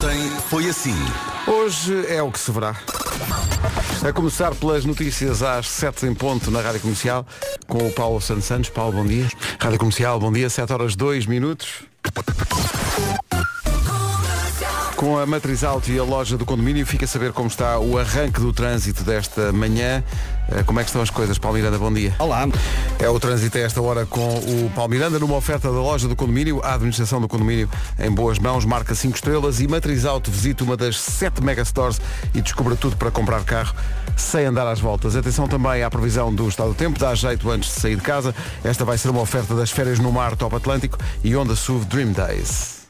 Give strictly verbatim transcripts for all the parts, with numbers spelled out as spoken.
Ontem foi assim. Hoje é o que se verá. A começar pelas notícias às sete em ponto na Rádio Comercial, com o Paulo Santos Santos. Paulo, bom dia. Rádio Comercial, bom dia, sete horas dois minutos. Com a Matriz Alto e a loja do condomínio, fica a saber como está o arranque do trânsito desta manhã. Como é que estão as coisas, Paulo Miranda? Bom dia. Olá. É o trânsito a esta hora com o Paulo Miranda, numa oferta da loja do condomínio. A administração do condomínio em boas mãos, marca cinco estrelas. E Matriz Alto visita uma das sete megastores e descubra tudo para comprar carro sem andar às voltas. Atenção também à previsão do estado do tempo. Dá jeito antes de sair de casa. Esta vai ser uma oferta das férias no mar Top Atlântico e Honda S U V Dream Days.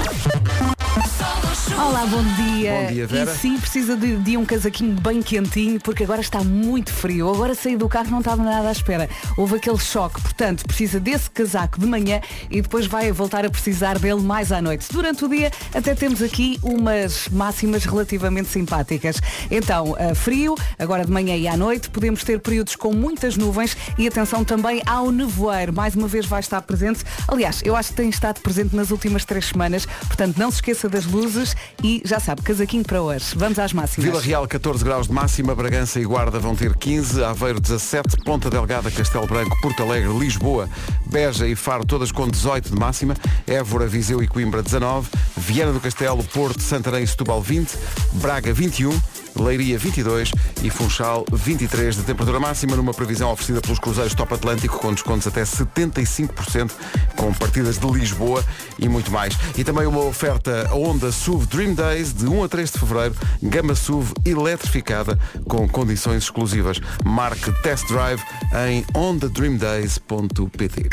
Olá, bom dia. Bom dia, Vera. E sim, precisa de, de um casaquinho bem quentinho, porque agora está muito frio. Agora saí do carro, não estava nada à espera. Houve aquele choque, portanto, precisa desse casaco de manhã e depois vai voltar a precisar dele mais à noite. Durante o dia até temos aqui umas máximas relativamente simpáticas. Então, uh, frio, agora de manhã e à noite, podemos ter períodos com muitas nuvens e atenção também ao nevoeiro. Mais uma vez vai estar presente. Aliás, eu acho que tem estado presente nas últimas três semanas, portanto, não se esqueça das luzes. E já sabe, casaquinho para hoje. Vamos às máximas. Vila Real, catorze graus de máxima, Bragança e Guarda vão ter quinze, Aveiro dezassete, Ponta Delgada, Castelo Branco, Porto Alegre, Lisboa, Beja e Faro, todas com dezoito de máxima, Évora, Viseu e Coimbra dezanove, Viana do Castelo, Porto, Santarém e Setúbal vinte, Braga vinte e um, Leiria vinte e dois e Funchal vinte e três de temperatura máxima, numa previsão oferecida pelos cruzeiros Top Atlântico, com descontos até setenta e cinco por cento, com partidas de Lisboa e muito mais. E também uma oferta Honda S U V Dream Days de um a três de fevereiro, gama S U V eletrificada com condições exclusivas. Marque Test Drive em honda dream days ponto pt.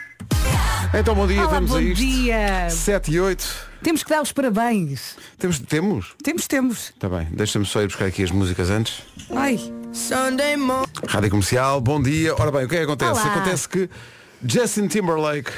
Então bom dia, Olá, vamos bom a isto. dia. sete e oito. Temos que dar os parabéns. Temos? Temos? Temos, temos. Está bem, deixa-me só ir buscar aqui as músicas antes. Ai. Rádio Comercial, bom dia. Ora bem, o que é que acontece? Olá. Acontece que Justin Timberlake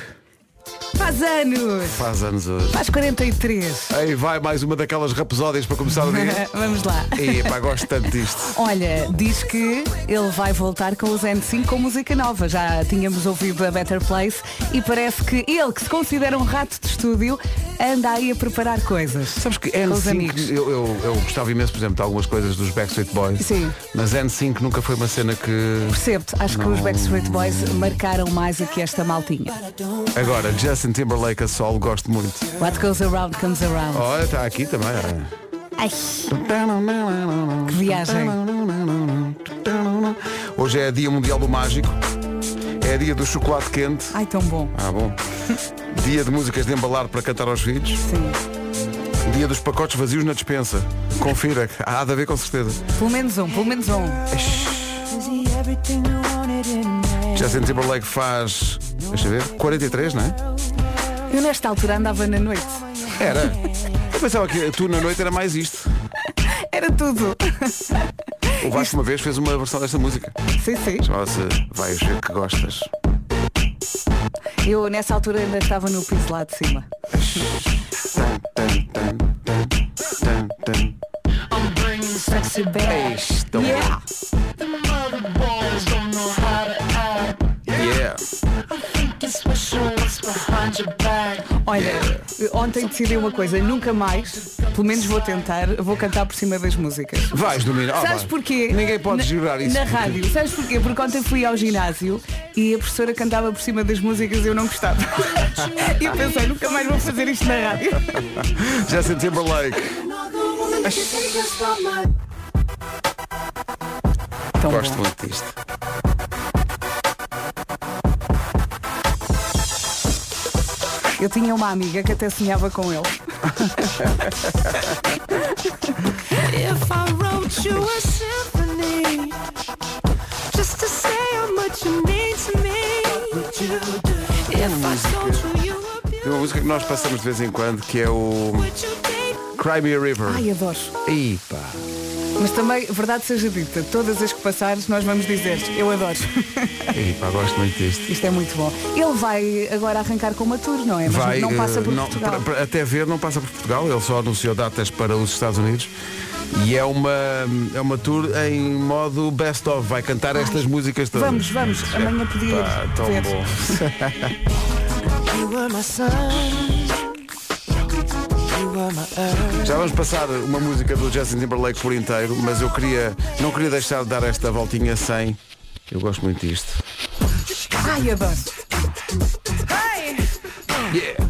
Faz anos. faz anos hoje. Faz quarenta e três. Aí vai mais uma daquelas rapsódias para começar o dia. Vamos lá. E pá, gosto tanto disto. Olha, diz que ele vai voltar com os N cinco com música nova. Já tínhamos ouvido a Better Place e parece que ele, que se considera um rato de estúdio, anda aí a preparar coisas. Sabes que Com N os cinco, amigos. eu, eu, eu gostava imenso, por exemplo, de algumas coisas dos Backstreet Boys. Sim. Mas N cinco nunca foi uma cena que... Percebo-te, acho que Não. os Backstreet Boys marcaram mais aqui esta maltinha. Agora, Justin Timberlake a solo, gosto muito. What goes around comes around. Olha, está aqui também. olha. Ai, que viagem. Hoje é dia mundial do mágico. É dia do chocolate quente. Ai, tão bom. Ah, bom. Dia de músicas de embalar para cantar aos filhos. Sim. Dia dos pacotes vazios na despensa. Confira, há de haver com certeza. Pelo menos um, pelo menos um. Justin Timberlake faz, deixa eu ver, quarenta e três, não é? Eu nesta altura andava na noite. Era. Eu pensava que tu na noite era mais isto. Era tudo. O Vasco uma vez fez uma versão desta música. Sim, sim. Chamava-se Vais Ver Que Gostas. Eu nessa altura ainda estava no piso lá de cima. Tan, tan, tan, tan, tan. Sexy bad. Tão Yeah. Yeah. Olha, ontem decidi uma coisa, nunca mais, pelo menos vou tentar, vou cantar por cima das músicas. Vais dominar. Ah, Sabes vai. porquê? Ninguém pode Na- jurar isso. Na porque- rádio. Sabes porquê? Porque ontem fui ao ginásio e a professora cantava por cima das músicas e eu não gostava. E eu pensei, nunca mais vou fazer isto na rádio. Justin Timberlake. Tão Gosto bom. muito disto. Eu tinha uma amiga que até sonhava com ele. If I wrote you a symphony just to say how much you mean to me, would you do? If I told you you were Tem uma música que nós passamos de vez em quando, que é o would you date? Cry Me a River. Ai, adoro. Ih, pá. Mas também, verdade seja dita, todas as que passares nós vamos dizer, eu adoro. Ih, pá, gosto muito disto. Isto é muito bom. Ele vai agora arrancar com uma tour, não é? Mas Vai, não passa eh, por não, Portugal. para- para- até ver, não passa por Portugal. Ele só anunciou datas para os Estados Unidos. E é uma, é uma tour em modo best-of. Vai cantar estas músicas todas. Vamos, vamos. Amanhã podia ir Pá, tão ver. bom. You were my sun. You were Já vamos passar uma música do Justin Timberlake por inteiro, mas eu queria, não queria deixar de dar esta voltinha sem. Eu gosto muito disto. Ai, adoro. Yeah.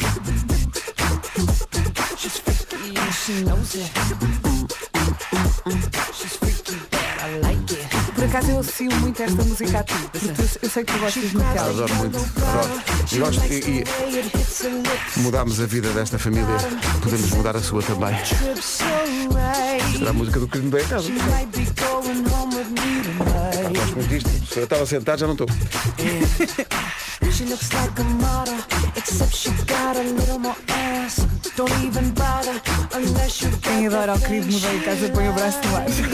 Por acaso eu associo muito esta música a ti. Porque eu, eu sei que tu gostas muito dela. Adoro muito, adoro. E, gosto, e, e mudámos a vida desta família, podemos mudar a sua também. Será a música do crime bem errado. Gosto muito disto. Se eu estava sentado, já não estou. She looks like a model, except she got a little more ass. Don't even bother unless you Quem adora o querido mudei a casa põe o braço de baixo.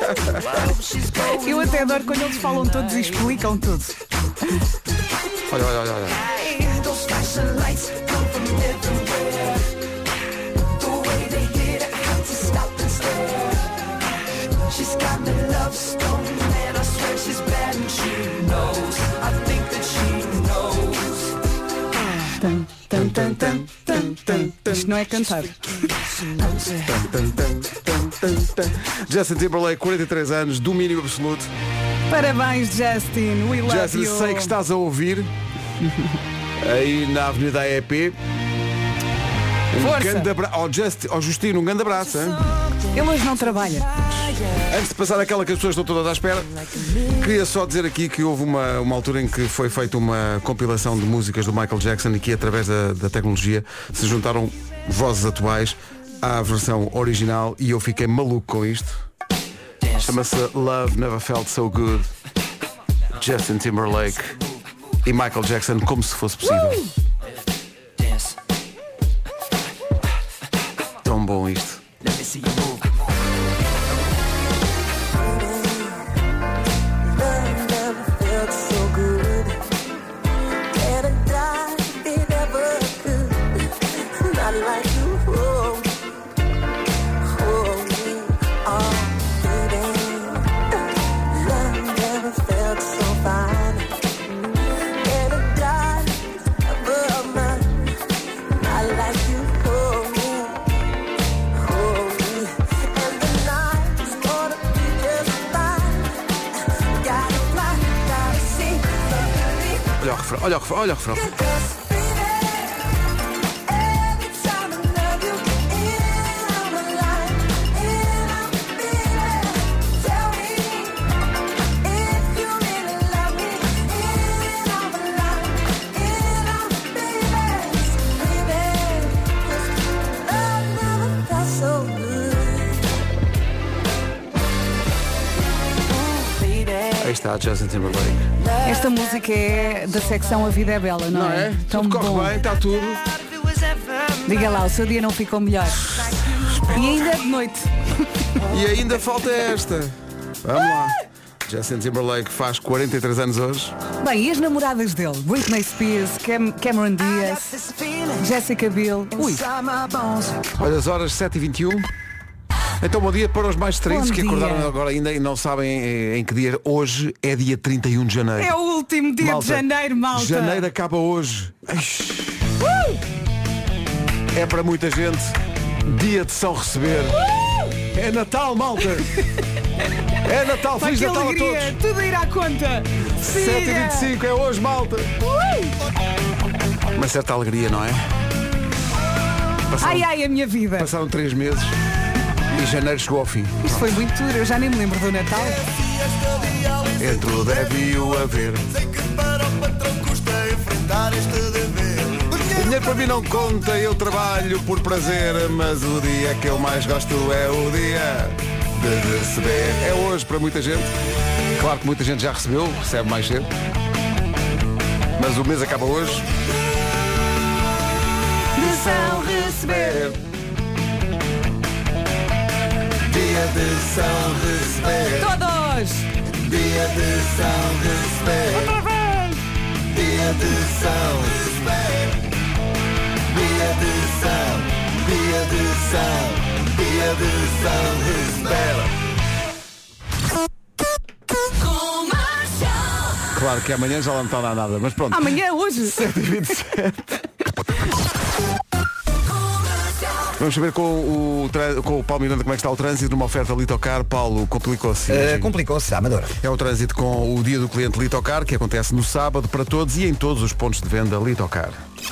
Eu até adoro quando eles falam todos e explicam tudo. Olha, olha, olha, olha. Those flashing lights come from everywhere. The way they hit, I have to stop and stare. She's got me love stone, and I swear she's bad and she knows. I think that she knows. Tan, tan, tan, tan, tan, tan. Isto não é cantar. Justin Timberlake, quarenta e três anos, domínio absoluto. Parabéns, Justin. We love Justin, you. sei que estás a ouvir aí na Avenida A E P. Um Força. grande abra... oh, Just... oh, Justino, um grande abraço, hein? Ele hoje não trabalha. Antes de passar aquela que as pessoas estão todas à espera, queria só dizer aqui que houve uma, uma altura em que foi feita uma compilação de músicas do Michael Jackson e que através da, da tecnologia se juntaram vozes atuais à versão original e eu fiquei maluco com isto. Chama-se Love Never Felt So Good. Justin Timberlake e Michael Jackson, como se fosse possível. Uh! Tão bom isto. Olha o refrão, olha o refrão, olha o refrão. Aí está Justin Timberlake. Esta música é da secção A Vida é Bela, não, Não é? Tão Tudo corre bom. bem, está tudo. Diga lá, o seu dia não ficou melhor. E ainda é de noite. E ainda falta esta. Vamos lá. Justin Timberlake faz quarenta e três anos hoje. Bem, e as namoradas dele? Britney Spears, Cam Cameron Diaz, Jessica Biel. Ui, Olha as horas sete e vinte e um. Então bom dia para os mais distraídos Bom que dia. acordaram agora ainda e não sabem em, em que dia. Hoje é dia trinta e um de janeiro. é o último dia Malta, de janeiro, malta. Janeiro acaba hoje. Eish. É para muita gente dia de São Receber. É Natal, malta. É Natal, Pai, Feliz que Natal a alegria, todos. tudo a ir à conta. sete e vinte e cinco é hoje, malta. Uma certa alegria, não é? Passaram, Ai, ai, a minha vida. passaram três meses e janeiro chegou ao fim. Isto foi muito duro, eu já nem me lembro do Natal. Entre o deve e o haver. Sei que para o patrão custa enfrentar este dever. Dinheiro para mim não conta, eu trabalho por prazer, mas o dia que eu mais gosto é o dia de receber. É hoje para muita gente. Claro que muita gente já recebeu, recebe mais cedo. Mas o mês acaba hoje. De São Receber. Dia de São Receber. Todos. Dia de São Receber. Outra vez. Dia de São Receber. Dia de São, dia de São, dia de São Receber. Claro que amanhã já não está lá nada, mas pronto. Amanhã, hoje. sete e vinte e sete. Vamos saber com o, tra- com o Paulo Miranda como é que está o trânsito numa oferta Litocar. Paulo, complicou-se. Uh, complicou-se, a Amadora. É o trânsito com o dia do cliente Litocar, que acontece no sábado para todos e em todos os pontos de venda Litocar.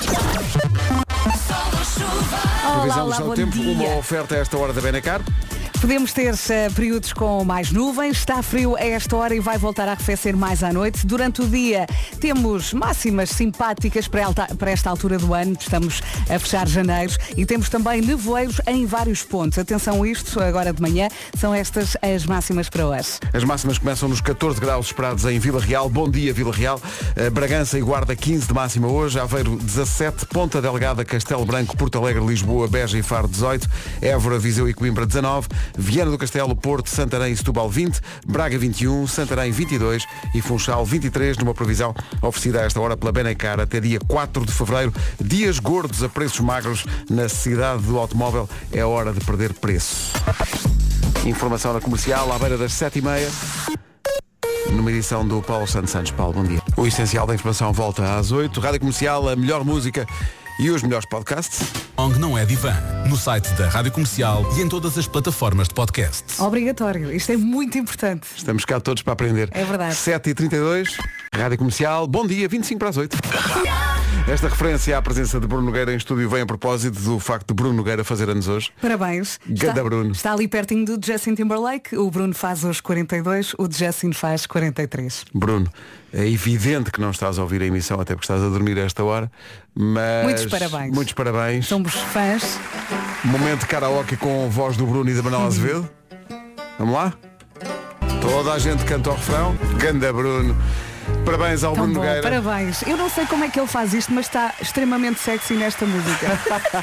Previsão do bom tempo, dia. uma oferta a esta hora da Benacar. Podemos ter uh, períodos com mais nuvens, está frio a esta hora e vai voltar a arrefecer mais à noite. Durante o dia temos máximas simpáticas para, alta, para esta altura do ano, estamos a fechar janeiro e temos também nevoeiros em vários pontos. Atenção a isto, agora de manhã, são estas as máximas para hoje. As máximas começam nos catorze graus esperados em Vila Real. Bom dia, Vila Real. Uh, Bragança e Guarda quinze de máxima hoje. Aveiro dezassete, Ponta Delgada, Castelo Branco, Porto Alegre, Lisboa, Beja e Faro dezoito, Évora, Viseu e Coimbra dezanove, Viana do Castelo, Porto, Santarém e Setúbal vinte, Braga vinte e um, Santarém vinte e dois e Funchal vinte e três, numa previsão oferecida a esta hora pela Benacar até dia quatro de fevereiro. Dias gordos a preços magros na cidade do automóvel. É hora de perder preço. Informação na comercial à beira das sete e meia. Numa edição do Paulo Santos Santos. Paulo, bom dia. O essencial da informação volta às oito. Rádio Comercial, a melhor música e os melhores podcasts. Ong não é divã. No site da Rádio Comercial e em todas as plataformas de podcast. Obrigatório, isto é muito importante. Estamos cá todos para aprender. É verdade. sete e trinta e dois, Rádio Comercial, bom dia, vinte e cinco para as oito. Esta referência à presença de Bruno Nogueira em estúdio vem a propósito do facto de Bruno Nogueira fazer anos hoje. Parabéns. Ganda Está, Bruno. está ali pertinho do Justin Timberlake. O Bruno faz hoje quarenta e dois, o Justin faz quarenta e três. Bruno, é evidente que não estás a ouvir a emissão até porque estás a dormir a esta hora, mas... Muitos parabéns. Muitos parabéns. Somos fãs. Momento de karaoke com a voz do Bruno e da Manuel Azevedo. Vamos lá? Toda a gente canta o refrão. Ganda Bruno. Parabéns ao Tão Bruno bom, Nogueira. parabéns. Eu não sei como é que ele faz isto, mas está extremamente sexy nesta música.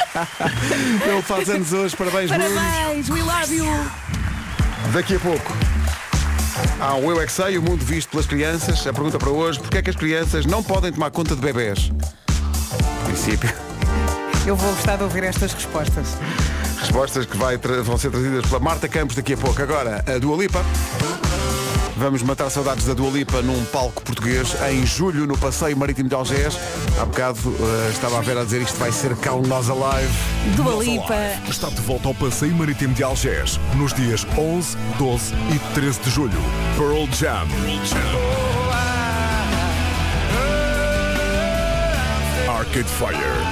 Ele faz anos hoje. Parabéns, Bruno. Parabéns, we love you. Daqui a pouco há o Eu É Que Sei, o mundo visto pelas crianças. A pergunta para hoje: porquê é que as crianças não podem tomar conta de bebés? Princípio. Eu vou gostar de ouvir estas respostas. Respostas que vai tra- vão ser trazidas pela Marta Campos daqui a pouco. Agora, a Dua Lipa. Vamos matar saudades da Dua Lipa num palco português em julho no Passeio Marítimo de Algés. Há bocado uh, estava a ver a dizer isto vai ser Calm Nós Alive. Dua Lipa. Está de volta ao Passeio Marítimo de Algés nos dias onze, doze e treze de julho. Pearl Jam. Arcade Fire.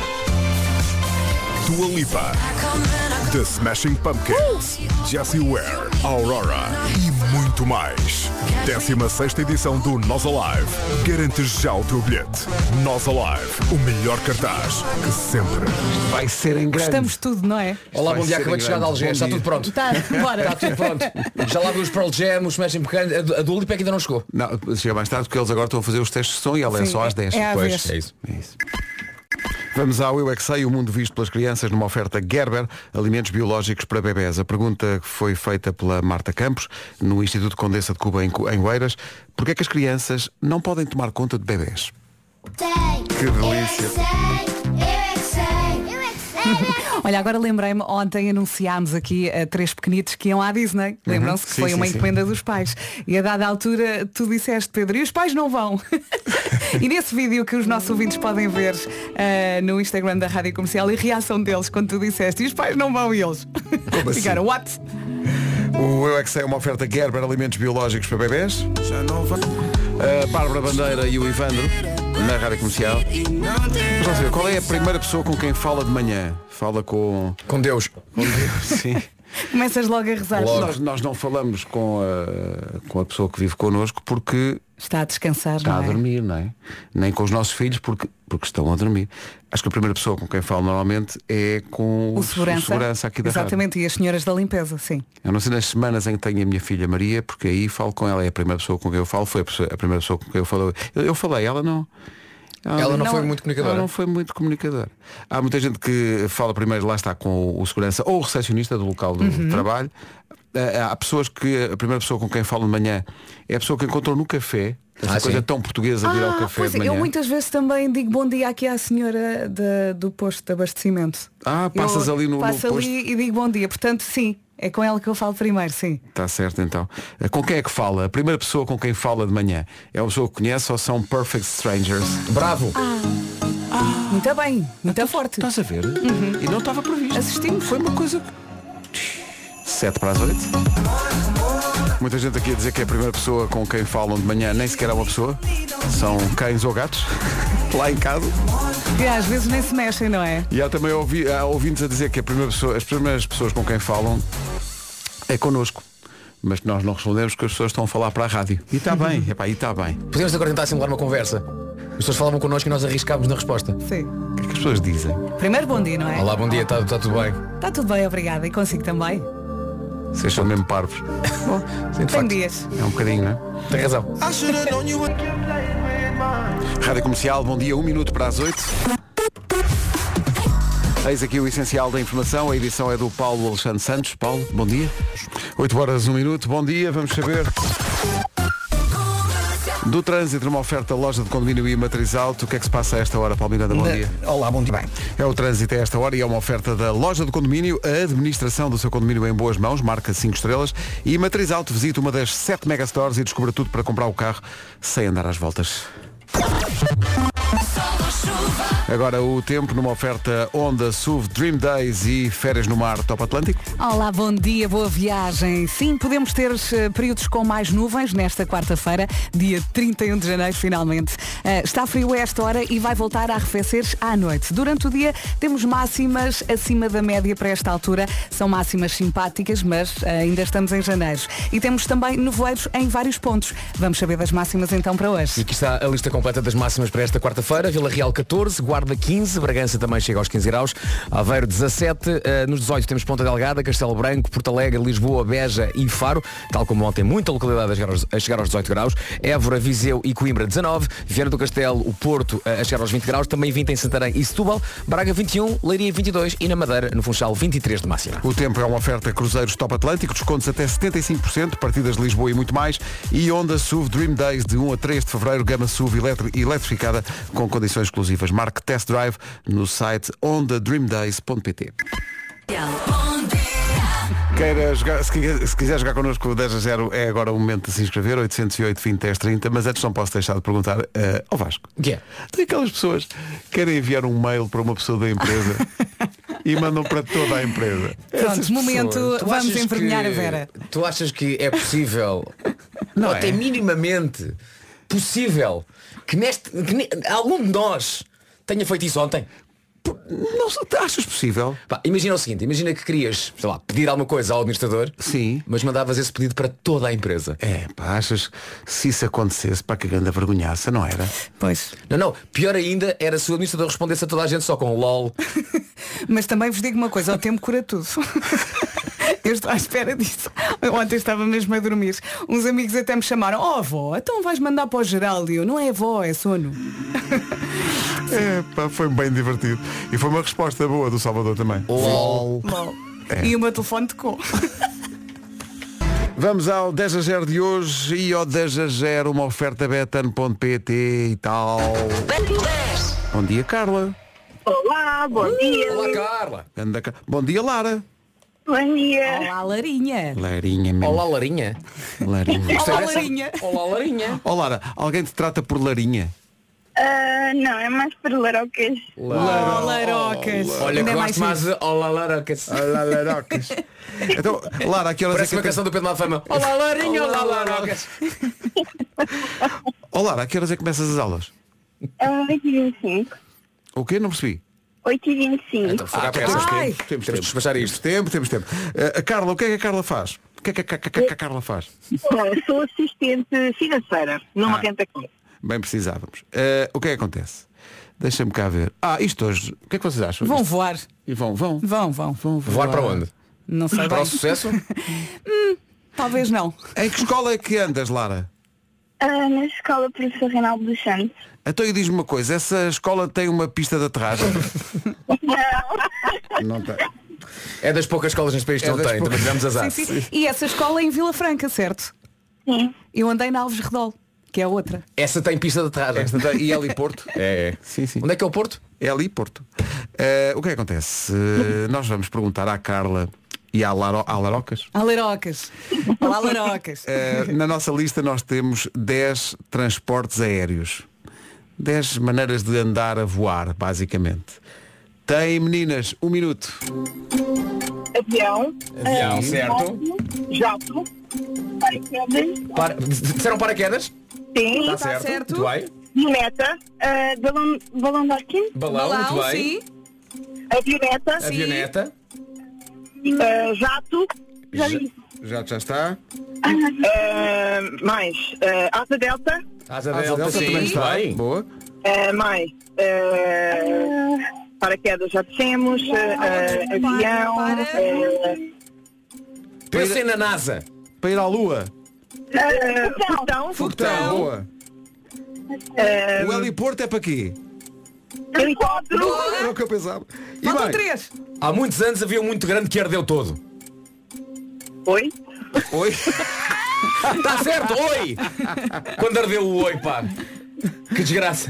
Dua Lipa. The Smashing Pumpkins. Jessie Ware. Aurora. E muito mais. décima sexta edição do Nós Alive. Garante já o teu bilhete. Nós Alive. O melhor cartaz que sempre. Vai ser em grande. Estamos tudo, não é? Olá, vai bom dia, ser acabei de chegar de grande. Algés, Bom está dia. tudo pronto. Tá, bora. Está tudo pronto. Já lá vi os Pearl Jam, os Smashing Pumpkins, a Dua Lipa é que ainda não chegou. Não, chega mais tarde porque eles agora estão a fazer os testes de som e ela é Sim, só às dez. é à Pois, vez. é isso. É isso. Vamos ao Eu É Que Sei, o mundo visto pelas crianças numa oferta Gerber, alimentos biológicos para bebés. A pergunta foi feita pela Marta Campos, no Instituto Condessa de Cuba, em, Cu- em Oeiras. Porquê é que as crianças não podem tomar conta de bebés? Que delícia. Olha, agora lembrei-me, ontem anunciámos aqui a três pequenitos que iam à Disney. Lembram-se que Sim, foi sim, uma sim. encomenda dos pais. E a dada altura tu disseste, Pedro, e os pais não vão. E nesse vídeo que os nossos ouvintes podem ver uh, no Instagram da Rádio Comercial, e a reação deles quando tu disseste, e os pais não vão, e eles Como assim? ficaram, what? O Eu É Que Sei é uma oferta Gerber, alimentos biológicos para bebés. A Bárbara Bandeira e o Ivandro, na Rádio Comercial. Mas vamos ver, qual é a primeira pessoa com quem fala de manhã? Fala com... Com Deus. com Deus, sim. Começas logo a rezar. Nós, nós não falamos com a, com a pessoa que vive connosco porque Está a descansar, está não a é? dormir, não é? Nem com os nossos filhos porque, porque estão a dormir. Acho que a primeira pessoa com quem falo normalmente é com O segurança, o segurança aqui da exatamente, e as senhoras da limpeza, sim. rádio. Eu não sei nas semanas em que tenho a minha filha Maria, porque aí falo com ela, é a primeira pessoa com quem eu falo, foi a, pessoa- a primeira pessoa com quem eu falo. Eu, eu falei, ela não. Ela não, Não, foi muito comunicadora. Ela não foi muito comunicadora. Há muita gente que fala primeiro, lá está, com o segurança ou o recepcionista do local do Uhum. trabalho. Ah, Há pessoas que a primeira pessoa com quem falam de manhã é a pessoa que encontrou no café. Essa Ah, coisa sim. tão portuguesa de ir ao Ah, café pois de é, manhã. eu muitas vezes também digo bom dia aqui à senhora da- do posto de abastecimento. Ah, passas Eu ali no, no passo posto. ali e digo bom dia. Portanto, sim, é com ela que eu falo primeiro, sim. Está certo então. Ah, Com quem é que fala? A primeira pessoa com quem fala de manhã é uma pessoa que conhece ou são perfect strangers? Bravo. Muito bem, muito forte. Estás a ver? Uhum. E não estava previsto. Assistimos. Foi uma coisa... Sete para as oito. Muita gente aqui a dizer que é a primeira pessoa com quem falam de manhã nem sequer é uma pessoa. São cães ou gatos. Lá em casa. E às vezes nem se mexem, não é? E há também ouvi, há ouvintes a dizer que a primeira pessoa, as primeiras pessoas com quem falam é connosco. Mas nós não respondemos porque as pessoas estão a falar para a rádio. E está bem, epá, e está bem. Podemos agora tentar simular uma conversa. As pessoas falavam connosco e nós arriscámos na resposta. Sim. O que é que as pessoas dizem? Primeiro bom dia, não é? Olá, bom dia, está tá tudo bem? Está tudo bem, obrigada. E consigo também? Vocês são mesmo parvos. Bom, sim, de Tem facto, dias. é um bocadinho, não é? Tem razão. Rádio Comercial, bom dia, um minuto para as oito. Eis aqui o essencial da informação, a edição é do Paulo Alexandre Santos. Paulo, bom dia. oito horas, um minuto, bom dia, vamos saber. Do trânsito, numa oferta loja de condomínio e matriz alto, o que é que se passa a esta hora, Paulo Miranda? Bom dia. Olá, bom dia. Bem. É o trânsito a esta hora e é uma oferta da loja de condomínio, a administração do seu condomínio em boas mãos, marca cinco estrelas, e matriz alto, visita uma das sete megastores e descubra tudo para comprar o carro sem andar às voltas. Agora o tempo numa oferta Honda, S U V, Dream Days e férias no mar Top Atlântico. Olá, bom dia, boa viagem. Sim, podemos ter uh, períodos com mais nuvens nesta quarta-feira, dia trinta e um de janeiro, finalmente. Uh, está frio a esta hora e vai voltar a arrefecer à noite. Durante o dia temos máximas acima da média para esta altura. São máximas simpáticas, mas uh, ainda estamos em janeiro. E temos também nevoeiros em vários pontos. Vamos saber das máximas então para hoje. E aqui está a lista completa das máximas para esta quarta-feira. Vila Real catorze, Guarda quinze, Bragança também chega aos quinze graus, Aveiro dezassete, uh, nos dezoito temos Ponta Delgada, Castelo Branco, Porto Alegre, Lisboa, Beja e Faro, tal como ontem muita localidade a chegar aos, a chegar aos dezoito graus, Évora, Viseu e Coimbra dezanove, Viana do Castelo, o Porto uh, a chegar aos vinte graus, também vinte em Santarém e Setúbal, Braga vinte e um, Leiria vinte e dois e na Madeira, no Funchal, vinte e três de máxima. O tempo é uma oferta Cruzeiros Top Atlântico, descontos até setenta e cinco por cento, partidas de Lisboa e muito mais, e Honda S U V Dream Days de um a três de fevereiro, gama S U V eletri- eletrificada com condições exclusivas. Marque Test Drive no site honda dream days ponto pt. Queira jogar, se, quiser, se quiser jogar connosco o dez a zero é agora o momento de se inscrever, oitocentos e oito, vinte, dez, trinta, mas antes não posso deixar de perguntar uh, ao Vasco. O que é? Tem aquelas pessoas que querem enviar um mail para uma pessoa da empresa e mandam para toda a empresa. Pronto, momento, Tu vamos achas envergonhar que- a Vera. Tu achas que é possível, Não ou é? até minimamente possível, que, neste, que ne- algum de nós tenha feito isso ontem? Não sei, achas possível? Pá, imagina o seguinte, imagina que querias, sei lá, pedir alguma coisa ao administrador, Sim. mas mandavas esse pedido para toda a empresa. É, pá, achas que se isso acontecesse, para que grande vergonhaça, não era? Pois. Não, não, pior ainda era se o administrador respondesse a toda a gente só com LOL. Mas também vos digo uma coisa, o tempo cura tudo. Eu estou à espera disso. Eu ontem estava mesmo a dormir. Uns amigos até me chamaram, oh avó, então vais mandar para o geral. E eu, não é avó, é sono. É, pá, foi bem divertido. E foi uma resposta boa do Salvador também. LOL. E o meu telefone tocou. Vamos ao dez a zero de hoje e ao dez a zero uma oferta betano ponto pt e tal. Bom dia, Carla. Olá, bom dia. Olá, Carla. Anda cá. Bom dia, Lara. Bom dia. Olá, Larinha. Larinha mesmo. Olá, Larinha. Larinha. Olá, Larinha. Olá, Larinha. Ó, Lara, alguém te trata por Larinha? Ah, não, é mais para larocas. Olá, Larocas. Olha, que Ainda é gosto mais giro. de Olá, Larocas. Olá, Larocas. Então, Lara, aqui horas Parece é uma que canção do Pedro Lafama. Olá, Larinha, olá, Larocas. Ó, Lara, a que horas é que começas as aulas? Ah, oito e vinte e cinco. O quê? Não percebi. oito e vinte e cinco. Então, foca a peça. temos Ai. tempo, temos Temos de tempo. despachar Temos isto. tempo, temos tempo. Uh, a Carla, o que é que a Carla faz? O que é que a, que, que, que a Carla faz? Bom, sou assistente financeira numa Ah. renta-car. Bem precisávamos. Uh, o que é que acontece? Deixa-me cá ver. Ah, isto hoje. O que é que vocês acham? Vão Isto- voar. E vão, vão. Vão, vão. Vão Voar para onde? Não sei Para o bem. sucesso? Talvez não. Em que escola é que andas, Lara? Ah, na escola Professor Reinaldo dos Santos. Então e diz-me uma coisa, essa escola tem uma pista de aterragem? Não tem. É das poucas escolas neste país que É não das tem, poucas. também tivemos azar. Sim, sim. E essa escola é em Vila Franca, certo? Sim. Eu andei na Alves Redol, que é outra. Essa tem pista de aterragem. Esta tem- E é ali Porto? É, é. Sim, sim. Onde é que é o Porto? É ali Porto. Uh, o que é que acontece? Uh, nós vamos perguntar à Carla e à, Laro, à Larocas. A Larocas. Olá, Larocas. Uh, na nossa lista nós temos dez transportes aéreos. dez maneiras de andar a voar, basicamente. Tem, meninas, um minuto. Avião. Avião, eh, certo. Jato. Paraquedas. Para... Disseram paraquedas? Sim. Está certo. certo. Muito bem. Avioneta. eh, balão, balão de arquim. Balão, Balão, muito bem. sim. Avioneta. Avioneta. eh, jato. Já disse. Já, já está. Eh, mais. eh, asa delta. Asa Asa delta, delta sim. também está. Bem. Boa. eh, mais. eh, paraquedas já dissemos. eh, eh, avião. para. eh, Pensem na NASA. Para ir à Lua. eh, Foguetão. Foguetão. Boa. eh, O heliporto é para quê? Helicóptero. Era o que eu pensava. E Faltam bem, três. Há muitos anos havia um muito grande que ardeu todo. Oi. Oi. Está certo, oi! Quando ardeu o oi, pá. Que desgraça.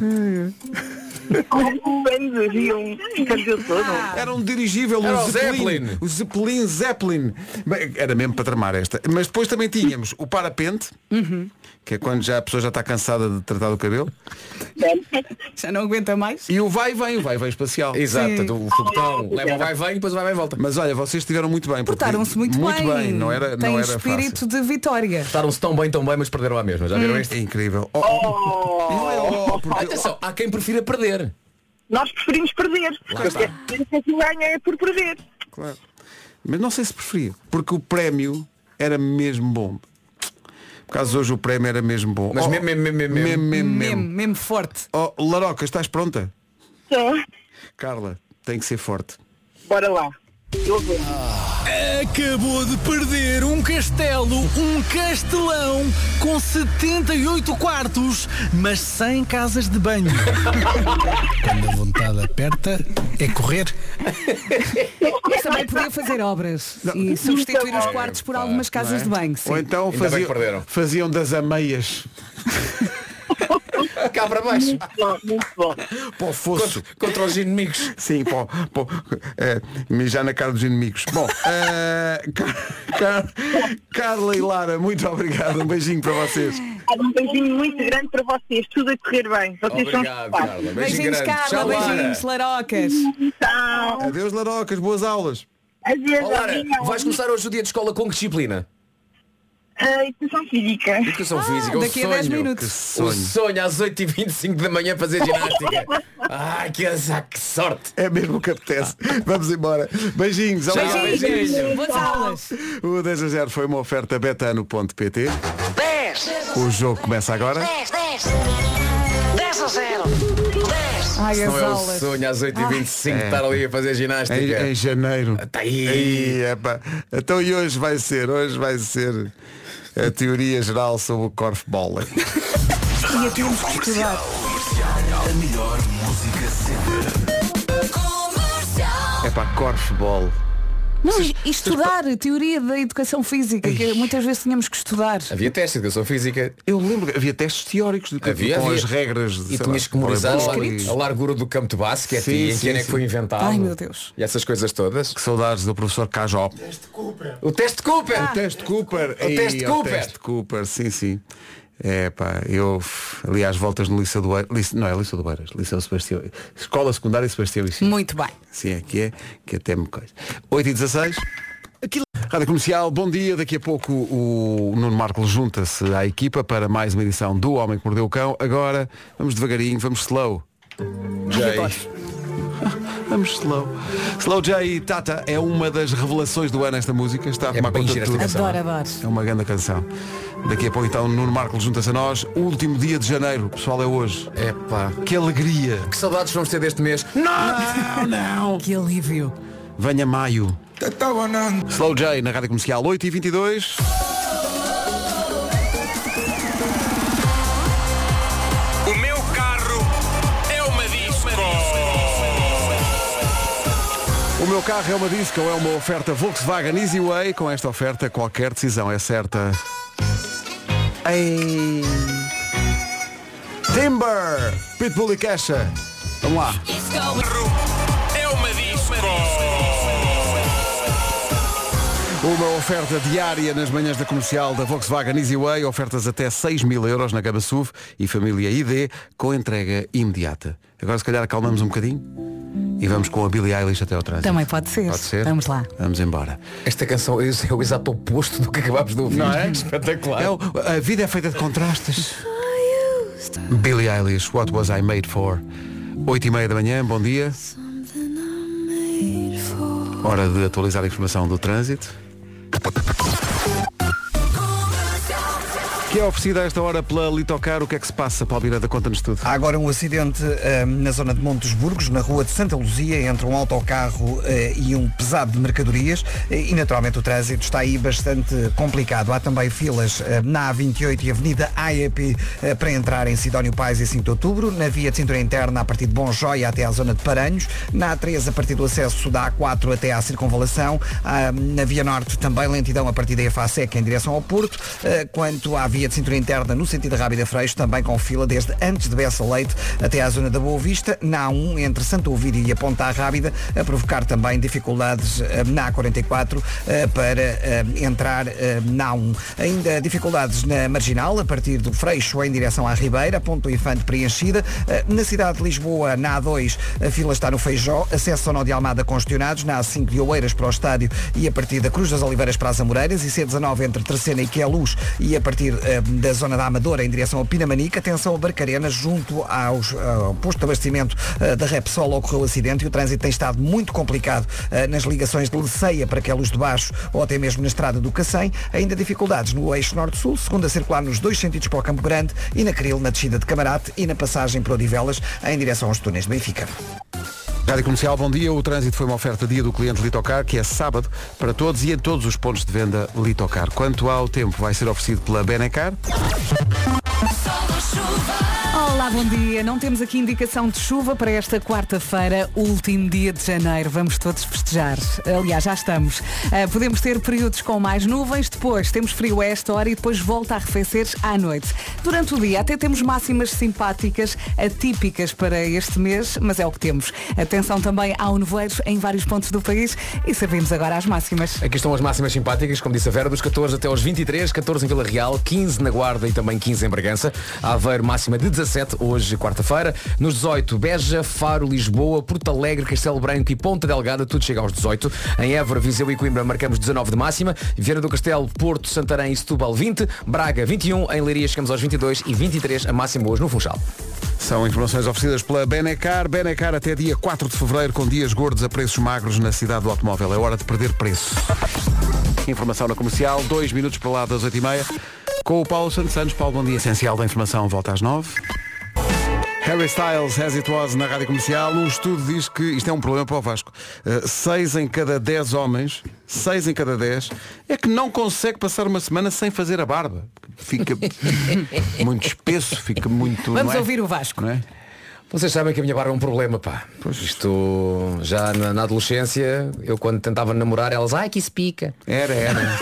Quando havia um cabelo todo. Era um dirigível, Era o o Zeppelin. Zeppelin. O Zeppelin Zeppelin. Bem, era mesmo para tramar esta. Mas depois também tínhamos o parapente, que é quando já a pessoa já está cansada de tratar do cabelo. Já não aguenta mais. E o vai e vem, o vai e vem espacial. Exato, Sim. o foguetão leva o vai e vem e depois o vai e vem e volta. Mas olha, vocês estiveram muito bem. porque- Portaram-se muito, muito bem. Não era, Tem não era espírito fácil. de vitória. Estaram-se tão bem, tão bem, mas perderam a mesma. Já viram isto? É incrível. Oh, oh. Não é oh, porque... Atenção, há quem prefira perder. Nós preferimos perder. está. Porque quem ganha é por perder. Claro. Mas não sei se preferia, porque o prémio era mesmo bom. Por causa hoje o prémio era mesmo bom. Mas Oh, mesmo, mesmo, mesmo, mesmo. mesmo, mesmo, Mesmo, mesmo. mesmo forte. Oh, Laroca, estás pronta? Então, Carla, tem que ser forte. bora lá. Eu vou. Acabou de perder um castelo, um castelão com setenta e oito quartos, mas sem casas de banho. Quando a vontade aperta, é correr. Mas também podia fazer obras e substituir os quartos por algumas casas de banho. Sim. Ou então Ainda bem faziam, que perderam. faziam das ameias Cá para baixo. Muito bom, muito bom. para o fosso. Contra, contra os inimigos. Sim, para, o- para, o- eh, mijar na cara dos inimigos. Bom, eh, Car- Car- Carla e Lara, muito obrigado. Um beijinho para vocês. Um beijinho muito grande para vocês. Tudo a correr bem. Vocês são Obrigado, espetaculares. Carla. Beijinho Beijinhos, grande. Carla. Tchau, Lara. Beijinhos, larocas. Tchau. Adeus, Larocas, boas aulas. Adeus, Ó, Lara, obrigada. vais começar hoje o dia de escola com que disciplina? Ah, Educação física. Educação física, o daqui a dez sonho. minutos. Que O sonho. sonho às oito e vinte e cinco da manhã fazer ginástica. Ai, que azar, que sorte. É mesmo o que apetece. Vamos embora. Beijinhos. Obrigado. Beijinho. Boas aulas. O dez a zero foi uma oferta betano ponto pt. dez, O jogo começa agora. dez, dez, dez a zero, dez. Ai, as Não é o aulas. sonho às oito e vinte e cinco estar ali a fazer Em, ginástica. em janeiro. Tá aí. Aí, epá. Então e hoje vai ser, hoje vai ser a teoria geral sobre o korfball. E aqui temos que estudar. A melhor música sempre. É para korfball. Não, e e estudar teoria da educação física, que muitas vezes tínhamos que estudar. Havia testes de educação física. Eu lembro que havia testes teóricos de, Havia, com havia. as regras de, E sei tinhas lá, que memorizar voleibol a, e- a largura do campo de basquete Sim, e em sim, que ano é que sim. foi inventado. Ai, meu Deus. E essas coisas todas. Que saudades do professor Cajó. O teste Cooper. O teste Cooper. O teste Ei, Cooper. O teste Cooper, sim, sim. É pá, eu ali às voltas no Liceu do Eiras, não é Liceu do Eiras, Liceu Sebastião, Escola Secundária Sebastião e Chico. Muito bem. Sim, é que é, que até me coisa. oito e dezasseis. Rádio Comercial, bom dia. Daqui a pouco o Nuno Marco junta-se à equipa para mais uma edição do Homem que Mordeu o Cão. Agora, vamos devagarinho, vamos slow. Jay. Vamos slow. Slow J Tata é uma das revelações do ano esta música. Está a tomar bem conta de gira esta tudo. canção. Adoro, adoro. É uma grande canção. Daqui a pouco então Nuno Marco junta-se a nós. Último dia de janeiro, pessoal, é hoje. É pá. Que alegria. Que saudades vamos ter deste mês. Não, não. Que alívio. Venha maio. Slow J na Rádio Comercial oito e vinte e dois. O meu carro é uma disco. O meu carro é uma disco, é uma oferta Volkswagen Easyway. Com esta oferta qualquer decisão é certa. Ei. Timber, Pitbull e Kesha. Vamos lá. É uma disco. Uma oferta diária nas manhãs da comercial da Volkswagen Easyway, ofertas até seis mil euros na gama S U V e família I D com entrega imediata. Agora se calhar acalmamos um bocadinho e vamos com a Billie Eilish até ao trânsito. Também pode ser. Pode ser? Vamos lá. Vamos embora. Esta canção é o exato oposto do que acabámos de ouvir. Não é? Espetacular. É o, a vida é feita de contrastes. Billie Eilish, What Was I Made For? oito e meia da manhã, bom dia. Hora de atualizar a informação do trânsito. Que é oferecida a esta hora pela Litocar. O que é que se passa, Paulo Miranda? Conta-nos tudo. Há agora um acidente uh, na zona de Montes Burgos, na rua de Santa Luzia, entre um autocarro uh, e um pesado de mercadorias uh, e naturalmente o trânsito está aí bastante complicado. Há também filas uh, na A vinte e oito e Avenida A E P uh, para entrar em Sidónio Pais e cinco de Outubro, na via de cintura interna a partir de Bom Joia até à zona de Paranhos, na A três a partir do acesso da A quatro até à Circunvalação, uh, na via norte também lentidão a partir da E F A SEC em direção ao Porto, uh, quanto à via de cintura interna no sentido Rábida Freixo, também com fila desde antes de Bessa Leite até à zona da Boa Vista, na A um entre Santo Ovídio e a Ponta Rábida, a provocar também dificuldades na A quarenta e quatro para entrar na A um. Ainda dificuldades na Marginal, a partir do Freixo em direção à Ribeira, Ponto do Infante preenchida. Na cidade de Lisboa, na A dois, a fila está no Feijó, acesso ao Nó de Almada congestionados, na A cinco de Oeiras para o Estádio e a partir da Cruz das Oliveiras para as Amoreiras, e C dezanove entre Terceira e Queluz e a partir da zona da Amadora em direção ao Pinamanica. Atenção a Barcarena, junto aos, ao posto de abastecimento uh, da Repsol ocorreu o acidente e o trânsito tem estado muito complicado uh, nas ligações de Leceia para Queluz de Baixo ou até mesmo na estrada do Cacém. Ainda dificuldades no eixo norte-sul, segunda circular nos dois sentidos para o Campo Grande e na Cril na descida de Camarate e na passagem para Odivelas em direção aos túneis de Benfica. Rádio Comercial, bom dia. O trânsito foi uma oferta dia do cliente Litocar, que é sábado para todos e em todos os pontos de venda Litocar. Quanto ao tempo, vai ser oferecido pela Benecar. Olá, bom dia. Não temos aqui indicação de chuva para esta quarta-feira, último dia de janeiro. Vamos todos festejar. Aliás, já estamos. Uh, podemos ter períodos com mais nuvens, depois temos frio a esta hora e depois volta a arrefecer à noite. Durante o dia até temos máximas simpáticas, atípicas para este mês, mas é o que temos. Atenção também ao nevoeiro em vários pontos do país e sabemos agora as máximas. Aqui estão as máximas simpáticas, como disse a Vera, dos catorze até aos vinte e três, catorze em Vila Real, quinze na Guarda e também quinze em Bragança. Aveiro, máxima de dezassete, hoje quarta-feira. Nos dezoito, Beja, Faro, Lisboa, Porto Alegre, Castelo Branco e Ponta Delgada, tudo chega aos dezoito. Em Évora, Viseu e Coimbra marcamos dezanove de máxima. Viana do Castelo, Porto, Santarém e Setúbal vinte. Braga vinte e um. Em Leiria chegamos aos vinte e dois e vinte e três a máxima hoje no Funchal. São informações oferecidas pela Benecar. Benecar até dia quatro de fevereiro com dias gordos a preços magros na cidade do automóvel. É hora de perder preço. Informação na comercial, dois minutos para lá das oito e meia. Com o Paulo Santos Santos. Paulo, bom dia. Essencial da informação volta às nove. Harry Styles, As It Was, na Rádio Comercial. Um estudo diz que isto é um problema para o Vasco. Uh, seis em cada dez homens, seis em cada dez, é que não consegue passar uma semana sem fazer a barba. Fica muito espesso, fica muito... Vamos não é? ouvir o Vasco. Não é? Vocês sabem que a minha barba é um problema, pá. Pois. Isto, já na, na adolescência, eu quando tentava namorar, elas, ai que isso pica. Era, era.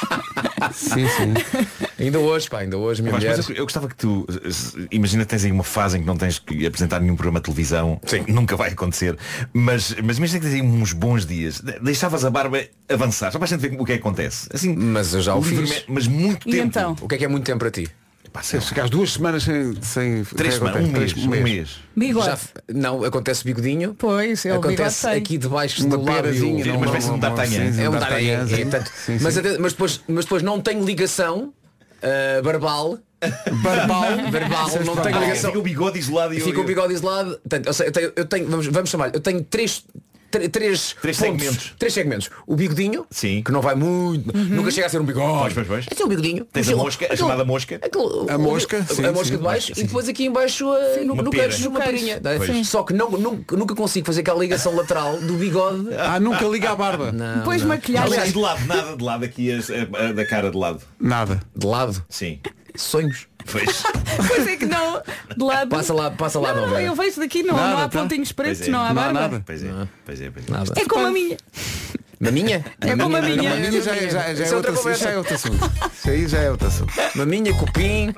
Sim, sim. Ainda hoje, pá, ainda hoje, minha mas, mulher... mas eu, eu gostava que tu, imagina que tens aí uma fase em que não tens que apresentar nenhum programa de televisão. Sim. Nunca vai acontecer. Mas, mas imagina que tens aí uns bons dias. Deixavas a barba avançar, só para a gente ver o que é que acontece. Assim, mas eu já o fiz. Mas muito e tempo. Então? O que é que é muito tempo para ti? Se ficares duas semanas sem... sem Três semanas, um mês, um mês. Bigode. Já, não, acontece bigodinho. Pois, é o acontece bigode aqui debaixo uma do lábio. Mas vai ser um d'Artagnan. É um d'Artagnan. Mas, mas, depois, mas depois não tenho ligação uh, barbal. Barbal, verbal, não tenho ligação. Fica o bigode isolado e Fica o bigode isolado. Portanto, eu, sei, eu tenho, eu tenho vamos, vamos chamar, eu tenho três Três, três, três pontos, segmentos. Três segmentos. O bigodinho, sim, que não vai muito, uhum. Nunca chega a ser um bigode. Pois, pois, pois. Esse é o bigodinho. Tens aquilo, a mosca, aquilo, a chamada mosca. Aquilo, a mosca, a, sim, a mosca sim, de baixo mosca, e depois aqui em baixo uh, no, no queixo uma perinha. Só que não, nunca, nunca consigo fazer aquela ligação lateral do bigode. Ah, nunca liga a barba. Não, depois não. maquilhagem. Aliás, de lado, nada de lado aqui a, a, a, da cara de lado. Nada. De lado? Sim. Sonhos. Pois. Pois é que não. De lado. Passa lá, passa lá, não, não, eu vejo daqui, não, nada, não há tá? pontinhos pretos, é, não há barba. Não há nada. Pois é, pois é, pois é. Nada. É como a minha. Maminha? É como a minha. A minha já, já, já, já, é, outra, já é outro assunto. Isso aí já é outro assunto. Maminha, cupim,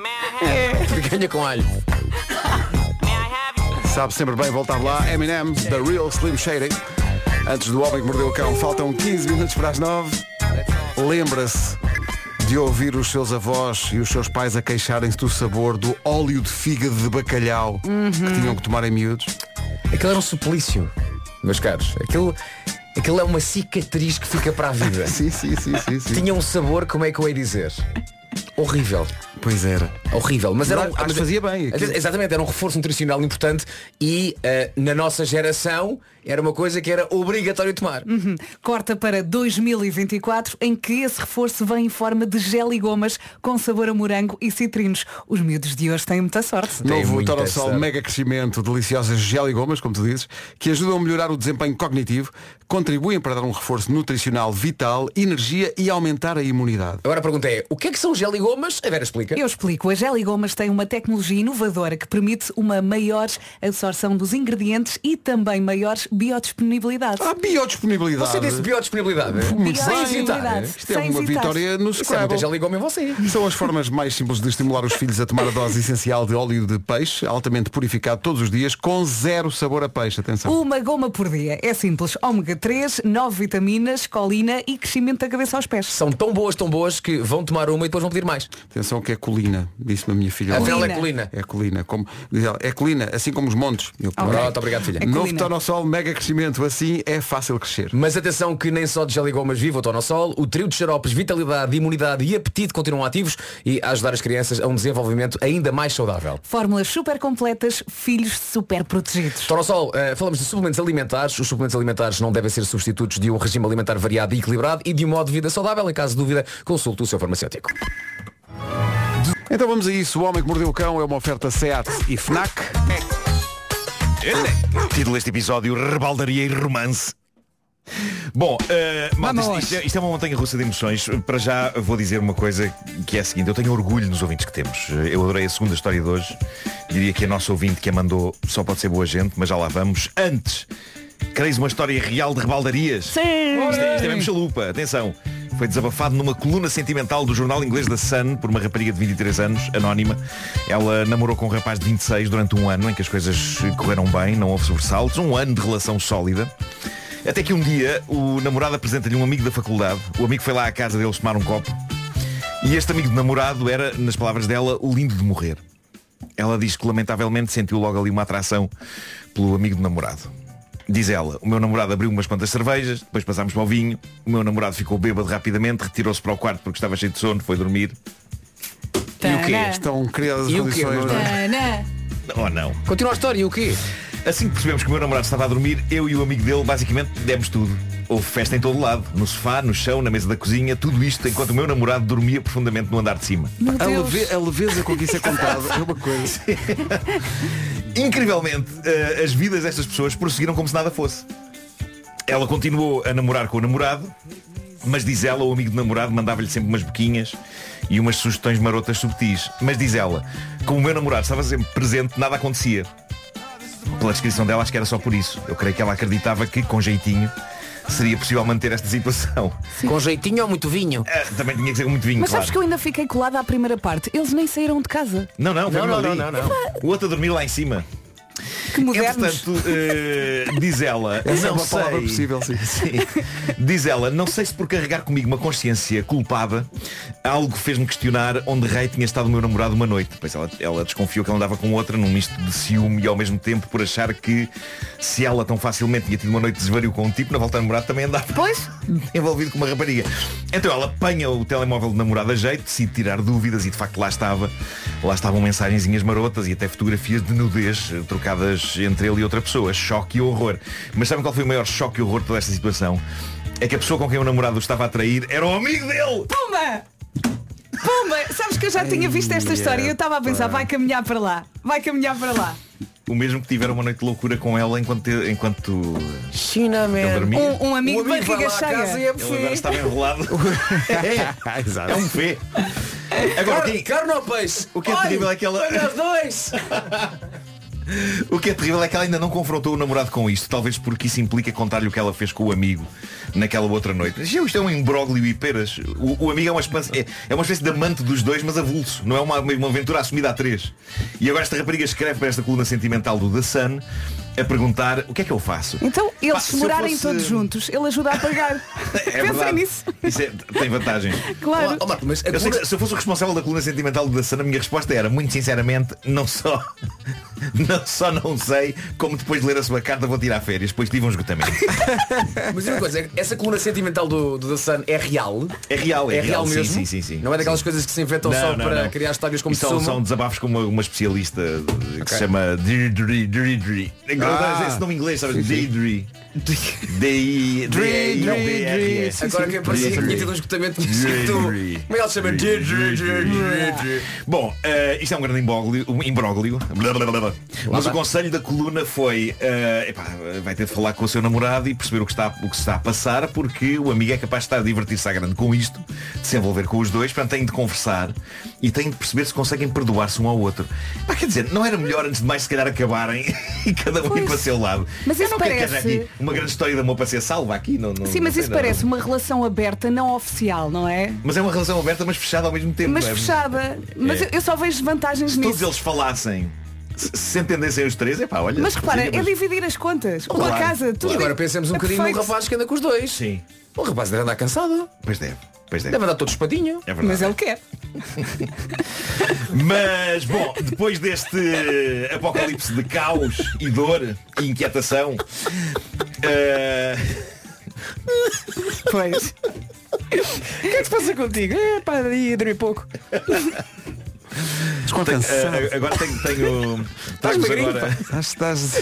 é. Ganha com alho. Sabe sempre bem voltar lá. Eminem, The Real Slim Shady. Antes do Homem que Mordeu o Cão, faltam quinze minutos para as nove. lembra-se de ouvir os seus avós e os seus pais a queixarem-se do sabor do óleo de fígado de bacalhau Uhum. que tinham que tomar em miúdos. Aquilo era um suplício, meus caros. Aquilo, aquilo é uma cicatriz que fica para a vida. sim, sim, sim, sim, sim. Tinha um sabor, como é que eu ia dizer? Horrível. Pois era. Horrível. Mas era um, Acho que mas- fazia bem aquilo. Exatamente, era um reforço nutricional importante e eh, na nossa geração era uma coisa que era obrigatório tomar. Uhum. Corta para dois mil e vinte e quatro, em que esse reforço vem em forma de gel e gomas com sabor a morango e citrinos. Os miúdos de hoje têm muita sorte. Novo Torosol Mega Crescimento, deliciosas gel e gomas, como tu dizes, que ajudam a melhorar o desempenho cognitivo, contribuem para dar um reforço nutricional vital, energia e aumentar a imunidade. Agora a pergunta é, o que é que são gel e gomas? A Vera explica. Eu explico. A Gel e Gomas tem uma tecnologia inovadora que permite uma maior absorção dos ingredientes e também maior biodisponibilidade. Ah, biodisponibilidade. Você disse biodisponibilidade? Muito Sem bem. hesitar. Isto é Sem uma hesitar. vitória no Isso é Scrabble. muita gel e goma em você. São as formas mais simples de estimular os filhos a tomar a dose essencial de óleo de peixe, altamente purificado todos os dias, com zero sabor a peixe. Atenção. Uma goma por dia. É simples. Ômega três, nove vitaminas, colina e crescimento da cabeça aos pés. São tão boas, tão boas que vão tomar uma e depois vão pedir mais. Atenção que é colina, disse-me a minha filha. Afinal ontem. é colina. É colina. Como, diz ela, é colina, assim como os montes. Eu, Ok. Pronto, obrigado, filha. É Novo colina. Tonosol Mega Crescimento, assim é fácil crescer. Mas atenção que nem só de gel e gomas viva o Tonosol, o trio de xaropes, vitalidade, imunidade e apetite continuam ativos e a ajudar as crianças a um desenvolvimento ainda mais saudável. Fórmulas super completas, filhos super protegidos. Tonosol, uh, falamos de suplementos alimentares. Os suplementos alimentares não devem ser substitutos de um regime alimentar variado e equilibrado e de um modo de vida saudável. Em caso de dúvida, consulte o seu farmacêutico. Então vamos a isso. O Homem que Mordeu o Cão é uma oferta SEAT e FNAC. Título deste episódio, Rebaldaria e Romance. Bom, uh, malta, isto, isto, é, isto é uma montanha russa de emoções. Para já vou dizer uma coisa que é a seguinte: eu tenho orgulho nos ouvintes que temos. Eu adorei a segunda história de hoje. Diria que a nossa ouvinte que a mandou só pode ser boa gente, mas já lá vamos. Antes, quereis uma história real de rebaldarias? Sim! Isto é, isto é mesmo chalupa, atenção. Foi desabafado numa coluna sentimental do jornal inglês da Sun por uma rapariga de vinte e três anos, anónima. Ela namorou com um rapaz de vinte e seis durante um ano em que as coisas correram bem, não houve sobressaltos, um ano de relação sólida. Até que um dia o namorado apresenta-lhe um amigo da faculdade. O amigo foi lá à casa deles tomar um copo. E este amigo de namorado era, nas palavras dela, o lindo de morrer. Ela diz que lamentavelmente sentiu logo ali uma atração pelo amigo de namorado. Diz ela, o meu namorado abriu umas quantas cervejas, depois passámos para o vinho, o meu namorado ficou bêbado rapidamente, retirou-se para o quarto porque estava cheio de sono, foi dormir. E o quê? Estão criadas as E o quê? condições, não é? Ou não? Continua a história, e o quê? Assim que percebemos que o meu namorado estava a dormir, eu e o amigo dele basicamente demos tudo. Houve festa em todo lado, no sofá, no chão, na mesa da cozinha, tudo isto enquanto o meu namorado dormia profundamente no andar de cima. A, leve, a leveza com que isso é contado é uma coisa. Incrivelmente, uh, as vidas destas pessoas prosseguiram como se nada fosse. Ela continuou a namorar com o namorado, mas diz ela, o amigo do namorado mandava-lhe sempre umas boquinhas e umas sugestões marotas subtis. Mas diz ela, como o meu namorado estava sempre presente, nada acontecia. Pela descrição dela, acho que era só por isso. Eu creio que ela acreditava que, com jeitinho, seria possível manter esta situação. Com jeitinho ou muito vinho? Uh, também tinha que ser com muito vinho, Mas claro. sabes que eu ainda fiquei colada à primeira parte. Eles nem saíram de casa. Não, não, foi Não, mesmo não, ali. não, não, não. O outro a dormir lá em cima. Que modernos. Entretanto, uh, diz ela, Essa é não uma palavra sei, possível, sim. Sim. Diz ela, não sei se por carregar comigo uma consciência culpada, algo fez-me questionar onde raio tinha estado o meu namorado uma noite. Depois ela, ela desconfiou que ele andava com outra num misto de ciúme e ao mesmo tempo por achar que se ela tão facilmente tinha tido uma noite de desvario com um tipo, na volta a namorado também andava Pois? envolvido com uma rapariga. Então ela apanha o telemóvel do namorado a jeito, decide tirar dúvidas e de facto lá estava. Lá estavam mensagenzinhas marotas e até fotografias de nudez eh, trocadas entre ele e outra pessoa. Choque e horror. Mas sabem qual foi o maior choque e horror de toda esta situação? É que a pessoa com quem o namorado o estava a atrair era o amigo dele! Pumba! Pumba! Sabes que eu já tinha visto esta história e eu estava a pensar, vai caminhar para lá. Vai caminhar para lá. O mesmo que tiveram uma noite de loucura com ela enquanto, enquanto China, ele dormia. Um, um amigo de vai barriga lá à casa e cheia. é Ele agora buffet. estava enrolado. Exato. É um fé. Agora, o que, Carne ou peixe? o que é terrível é que ela... Olha os dois! O que é terrível é que ela ainda não confrontou o namorado com isto. Talvez porque isso implica contar-lhe o que ela fez com o amigo naquela outra noite. Isto é um imbróglio e peras. O, o amigo é uma, espécie, é, é uma espécie de amante dos dois, mas avulso. Não é uma, uma aventura assumida a três. E agora esta rapariga escreve para esta coluna sentimental do The Sun a perguntar o que é que eu faço. Então, eles Pá, se se eu morarem fosse- todos juntos, ele ajuda a pagar. É Pensem verdade. nisso. Isso é- tem vantagens. Claro. Oh, Marco, mas a Eu sei coluna- que se eu fosse o responsável da coluna sentimental da Sana, a minha resposta era, muito sinceramente, não só não só não sei, como depois de ler a sua carta vou tirar férias, depois tive um esgotamento. Mas uma coisa, essa coluna sentimental do, do The Sun é real? É real, é, É real sim, mesmo? sim, sim, sim. Não é daquelas Sim. coisas que se inventam Não, só não, para não. criar histórias como E se são, sumam? são desabafos com uma, uma especialista que Ok. se chama Deirdre Deirdre. Ah. Esse nome em inglês, sabes? Sim, sim. Deirdre. D I R S. Agora que parecia que tinha tido um esgotamento tinha sido tu. Como é que ela se chama? Bom, eh, isto é um grande imbróglio, um imbróglio. Blá, blá, blá, blá. Mas o conselho da coluna foi eh, epá, vai ter de falar com o seu namorado e perceber o que, está, o que se está a passar, porque o amigo é capaz de estar a divertir-se à grande com isto, de se envolver com os dois, portanto têm de conversar e têm de perceber se conseguem perdoar-se um ao outro. Pá, quer dizer, não era melhor antes de mais se calhar acabarem e cada um ir para o seu lado? Mas Eu isso não quero que haja parece- aqui uma grande história de amor para ser salva aqui. Não, não, Sim, não mas sei, isso não. parece uma relação aberta, não oficial, não é? Mas é uma relação aberta, mas fechada ao mesmo tempo. Mas não é? fechada. Mas É. eu- eu só vejo vantagens Se todos nisso. eles falassem, se se entendessem os três, é pá, olha. Mas repara, siga, é mas- dividir as contas. Uma Claro, casa, tudo. E agora pensemos um é bocadinho no perfeito. rapaz que anda com os dois. Sim. O rapaz deve andar cansado. Pois deve. Pois deve. Deve andar todo espadinho. É verdade. Mas ele quer. Mas, bom, depois deste apocalipse de caos e dor e inquietação, eh, Pois. O que é que se passa contigo? É pá, ia dormir pouco. Estás cansado. eh, agora tenho. tenho Estás trago-vos magrinho, agora. Estás, estás...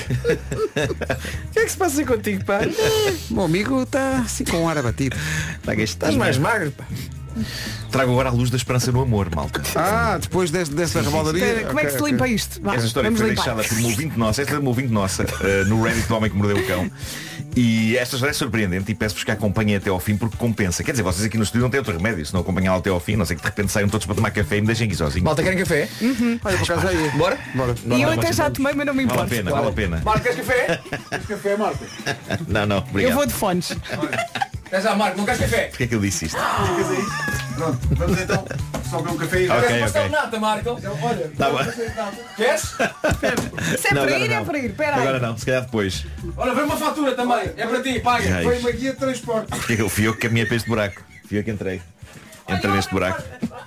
O que é que se passa contigo, pá? O meu amigo está assim com um ar abatido. Estás mais magro, pá. Trago agora a luz da esperança no amor, malta. Ah, depois deste, desta rebaldaria. Espera, como é que se Ok, limpa ok. isto? Vá, Esta história vamos foi limpar. deixada por uma ouvinte nossa, esta é uma ouvinte nossa, eh, no Reddit do Homem que Mordeu o Cão. E esta história é surpreendente e peço-vos que a acompanhem até ao fim porque compensa. Quer dizer, vocês aqui no estúdio não têm outro remédio, se não acompanhá-la até ao fim, não sei que de repente saiam todos para tomar café e me deixem aqui sozinho. Malta, querem café? Olha, por acaso aí. Bora? Bora. E eu não, até mas já vamos. tomei, mas não me Vale a importa. pena, vale a pena. Marco, queres café? Café, Marta. Não, não, Eu obrigado. vou de fones. Queres já, Marco, não queres café? Porquê é que eu disse isto? Pronto, vamos então só ver um café e... Ok, Queres pastel ok. de nata, Marco? Olha, Tá bem. Queres? Se é Não, para agora ir, é não. para ir. Espera Agora aí. não, se calhar depois. Olha, vem uma fatura também. É para ti, paga. Ai, foi uma guia de transporte. Porquê é que eu fui eu que caminhei para este buraco? Fui eu que entrei. Entrei neste buraco.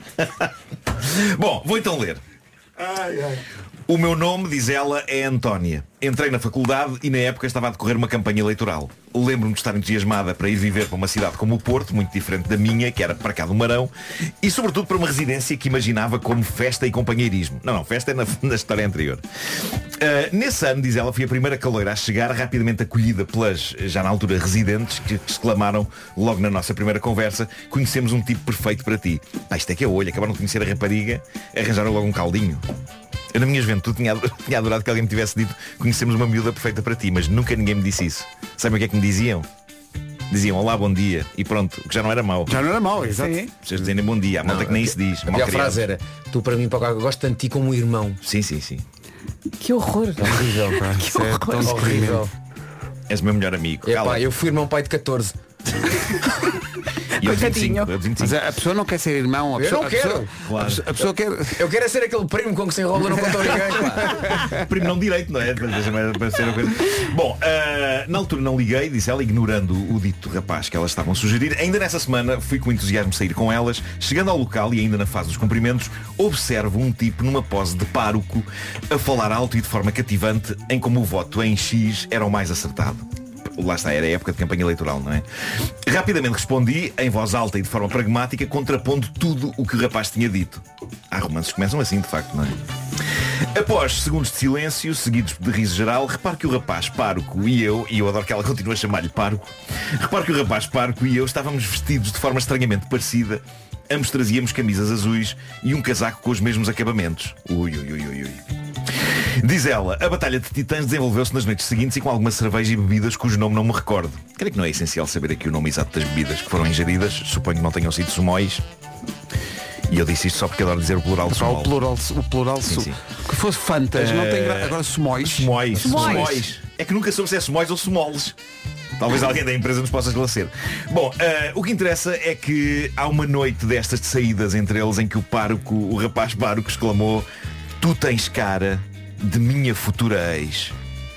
Bom, vou então ler. Ai, ai. O meu nome, diz ela, é Antónia. Entrei na faculdade e na época estava a decorrer uma campanha eleitoral. Lembro-me de estar entusiasmada para ir viver para uma cidade como o Porto, muito diferente da minha, que era para cá do Marão, e sobretudo para uma residência que imaginava como festa e companheirismo. Não, não, festa é na, na história anterior. Uh, nesse ano, diz ela, fui a primeira caloira a chegar, rapidamente acolhida pelas, já na altura, residentes, que exclamaram logo na nossa primeira conversa: conhecemos um tipo perfeito para ti. Ah, isto é que é olho, acabaram de conhecer a rapariga, arranjaram logo um caldinho. Eu na minha juventude tinha, tinha adorado que alguém me tivesse dito: conhecemos uma miúda perfeita para ti, mas nunca ninguém me disse isso. Sabem o que é que me diziam? Diziam olá, bom dia, e pronto, que já não era mau. Já não era mau, exato. Sim. Vocês dizem bom dia, a malta que nem isso diz. A mal minha criado. frase era: tu para mim, para eu gosto tanto de ti como um irmão. Sim, sim, sim. Que horror. Horrível, pá. Isso é tão discriminante. Horrível. És o meu melhor amigo. Epá, Cala. eu fui irmão pai de catorze. E eu de vinte e cinco, Coitadinho. eu de vinte e Mas cinco. a a pessoa não quer ser irmão. A Eu pessoa, não a pessoa- quero. Claro. a pessoa- A pessoa quer... Eu quero é ser aquele primo com que se enrola não contou ninguém. Pá. Primo não direito, não é? Para- para ser uma coisa- Bom, ah, na altura não liguei, disse ela, ignorando o dito rapaz que elas estavam a sugerir. Ainda nessa semana fui com entusiasmo sair com elas. Chegando ao local e ainda na fase dos cumprimentos, observo um tipo numa pose de pároco a falar alto e de forma cativante em como o voto em X era o mais acertado. Lá está, era a época de campanha eleitoral, não é? Rapidamente respondi, em voz alta e de forma pragmática, contrapondo tudo o que o rapaz tinha dito. Há romances que começam assim, de facto, não é? Após segundos de silêncio, seguidos de riso geral, reparo que o rapaz pároco e eu, e eu adoro que ela continue a chamar-lhe pároco, reparo que o rapaz pároco e eu estávamos vestidos de forma estranhamente parecida. Ambos trazíamos camisas azuis e um casaco com os mesmos acabamentos. Ui, ui, ui, ui, ui. Diz ela, a Batalha de Titãs desenvolveu-se nas noites seguintes e com alguma cerveja e bebidas cujo nome não me recordo. Creio que não é essencial saber aqui o nome exato das bebidas que foram ingeridas. Suponho que não tenham sido sumóis. E eu disse isto só porque adoro dizer o plural de Só o sumol. plural, o plural Sim, su- sim. que fosse Fantas, não tem gra... Agora Sumóis. Sumóis. Sumóis. Sumóis. É que nunca soube se é sumóis ou sumoles. Talvez alguém da empresa nos possa esclarecer. Bom, eh, o que interessa é que há uma noite destas de saídas entre eles em que o pároco, o rapaz pároco exclamou: tu tens cara de minha futura ex.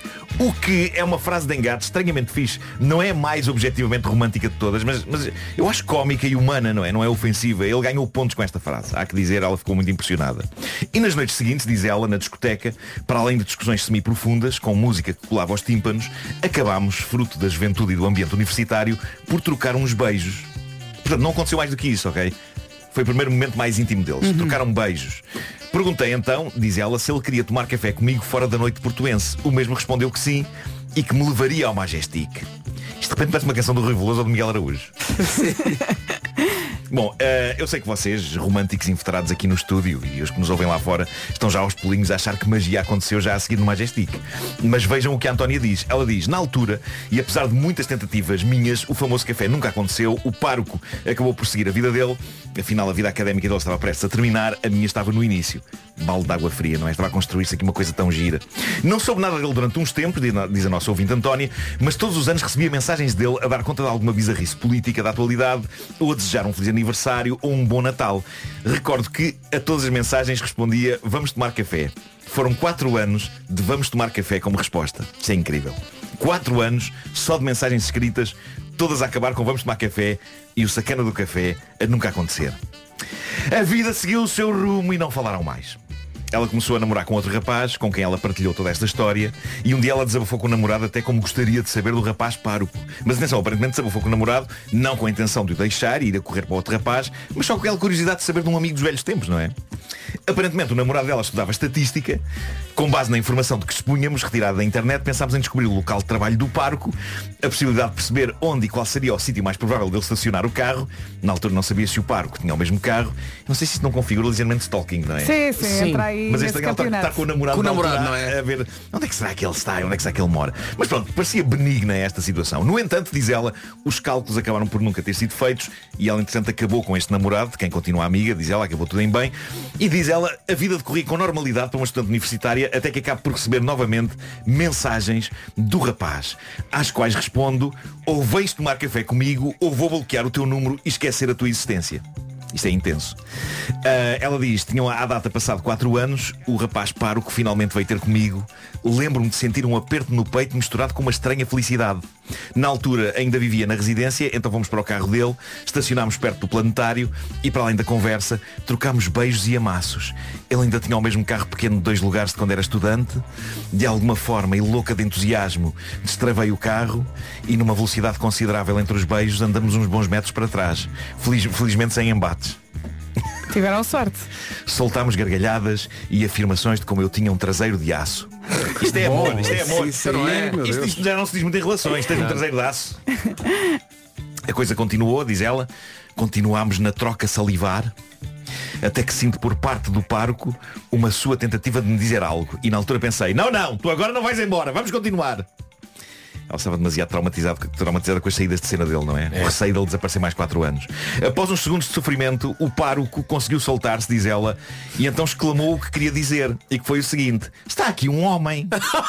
O que é uma frase de engate estranhamente fixe. Não é a mais objetivamente romântica de todas, mas, mas eu acho cómica e humana, não é? Não é ofensiva. Ele ganhou pontos com esta frase. Há que dizer, ela ficou muito impressionada. E nas noites seguintes, diz ela, na discoteca, para além de discussões semi-profundas, com música que colava aos tímpanos, acabámos, fruto da juventude e do ambiente universitário, por trocar uns beijos. Portanto, não aconteceu mais do que isso, ok? Foi o primeiro momento mais íntimo deles. Uhum. Trocaram beijos. Perguntei então, diz ela, se ele queria tomar café comigo fora da noite portuense. O mesmo respondeu que sim e que me levaria ao Majestic. Isto de repente parece uma canção do Rui Veloso ou do Miguel Araújo. Bom, uh, eu sei que vocês, românticos inveterado aqui no estúdio e os que nos ouvem lá fora, estão já aos pulinhos a achar que magia aconteceu já a seguir no Majestic. Mas vejam o que a Antónia diz. Ela diz, na altura, e apesar de muitas tentativas minhas, o famoso café nunca aconteceu, o pároco acabou por seguir a vida dele, afinal a vida académica dele estava prestes a terminar, a minha estava no início. Balde de água fria, não é? Estava a construir-se aqui uma coisa tão gira. Não soube nada dele durante uns tempos, diz a nossa ouvinte Antónia, mas todos os anos recebia mensagens dele a dar conta de alguma bizarrice política da atualidade ou a desejar um feliz aniversário ou um bom Natal. Recordo que a todas as mensagens respondia vamos tomar café. Foram quatro anos de vamos tomar café como resposta. Isso é incrível. Quatro anos só de mensagens escritas, todas a acabar com vamos tomar café e o sacana do café a nunca acontecer. A vida seguiu o seu rumo e não falaram mais. Ela começou a namorar com outro rapaz, com quem ela partilhou toda esta história, e um dia ela desabafou com o namorado até como gostaria de saber do rapaz pároco. Mas atenção, aparentemente desabafou com o namorado, não com a intenção de o deixar e ir a correr para outro rapaz, mas só com aquela curiosidade de saber de um amigo dos velhos tempos, não é? Aparentemente o namorado dela estudava estatística. Com base na informação de que expunhamos, retirada da internet, pensámos em descobrir o local de trabalho do pároco, a possibilidade de perceber onde e qual seria o sítio mais provável dele estacionar o carro. Na altura não sabia se o pároco tinha o mesmo carro. Não sei se isso não configura ligeiramente stalking, não é? Sim, sim, sim. Entra aí. Mas este legal está, está com o namorado, com o namorado altura, não é? A ver onde é que será que ele está, onde é que será que ele mora. Mas pronto, parecia benigna esta situação. No entanto, diz ela, os cálculos acabaram por nunca ter sido feitos e ela, entretanto, acabou com este namorado, de quem continua amiga, diz ela, acabou tudo em bem. E diz ela, a vida decorria com normalidade para uma estudante universitária até que acabe por receber novamente mensagens do rapaz, às quais respondo, ou vens tomar café comigo ou vou bloquear o teu número e esquecer a tua existência. Isto é intenso. Uh, ela diz, tinham à data passado quatro anos, o rapaz pároco finalmente veio ter comigo. Lembro-me de sentir um aperto no peito misturado com uma estranha felicidade. Na altura ainda vivia na residência, então fomos para o carro dele, estacionámos perto do planetário e, para além da conversa, trocámos beijos e amassos. Ele ainda tinha o mesmo carro pequeno de dois lugares de quando era estudante. De alguma forma, e louca de entusiasmo, destravei o carro e, numa velocidade considerável entre os beijos, andamos uns bons metros para trás. Feliz, felizmente sem embate. Tiveram sorte. Soltámos gargalhadas e afirmações de como eu tinha um traseiro de aço. Isto é amor, isto é amor. Isso não é, meu isto, Deus. isto já não se diz muito em relações. Tens um traseiro de aço. A coisa continuou, diz ela. Continuámos na troca salivar. Até que sinto por parte do pároco uma sua tentativa de me dizer algo. E na altura pensei, não, não, tu agora não vais embora, vamos continuar. Ela estava demasiado traumatizada, traumatizada com as saídas de cena dele, não é? O receio dele desaparecer mais quatro anos. Após uns segundos de sofrimento, o pároco conseguiu soltar-se, diz ela, e então exclamou o que queria dizer, e que foi o seguinte: está aqui um homem.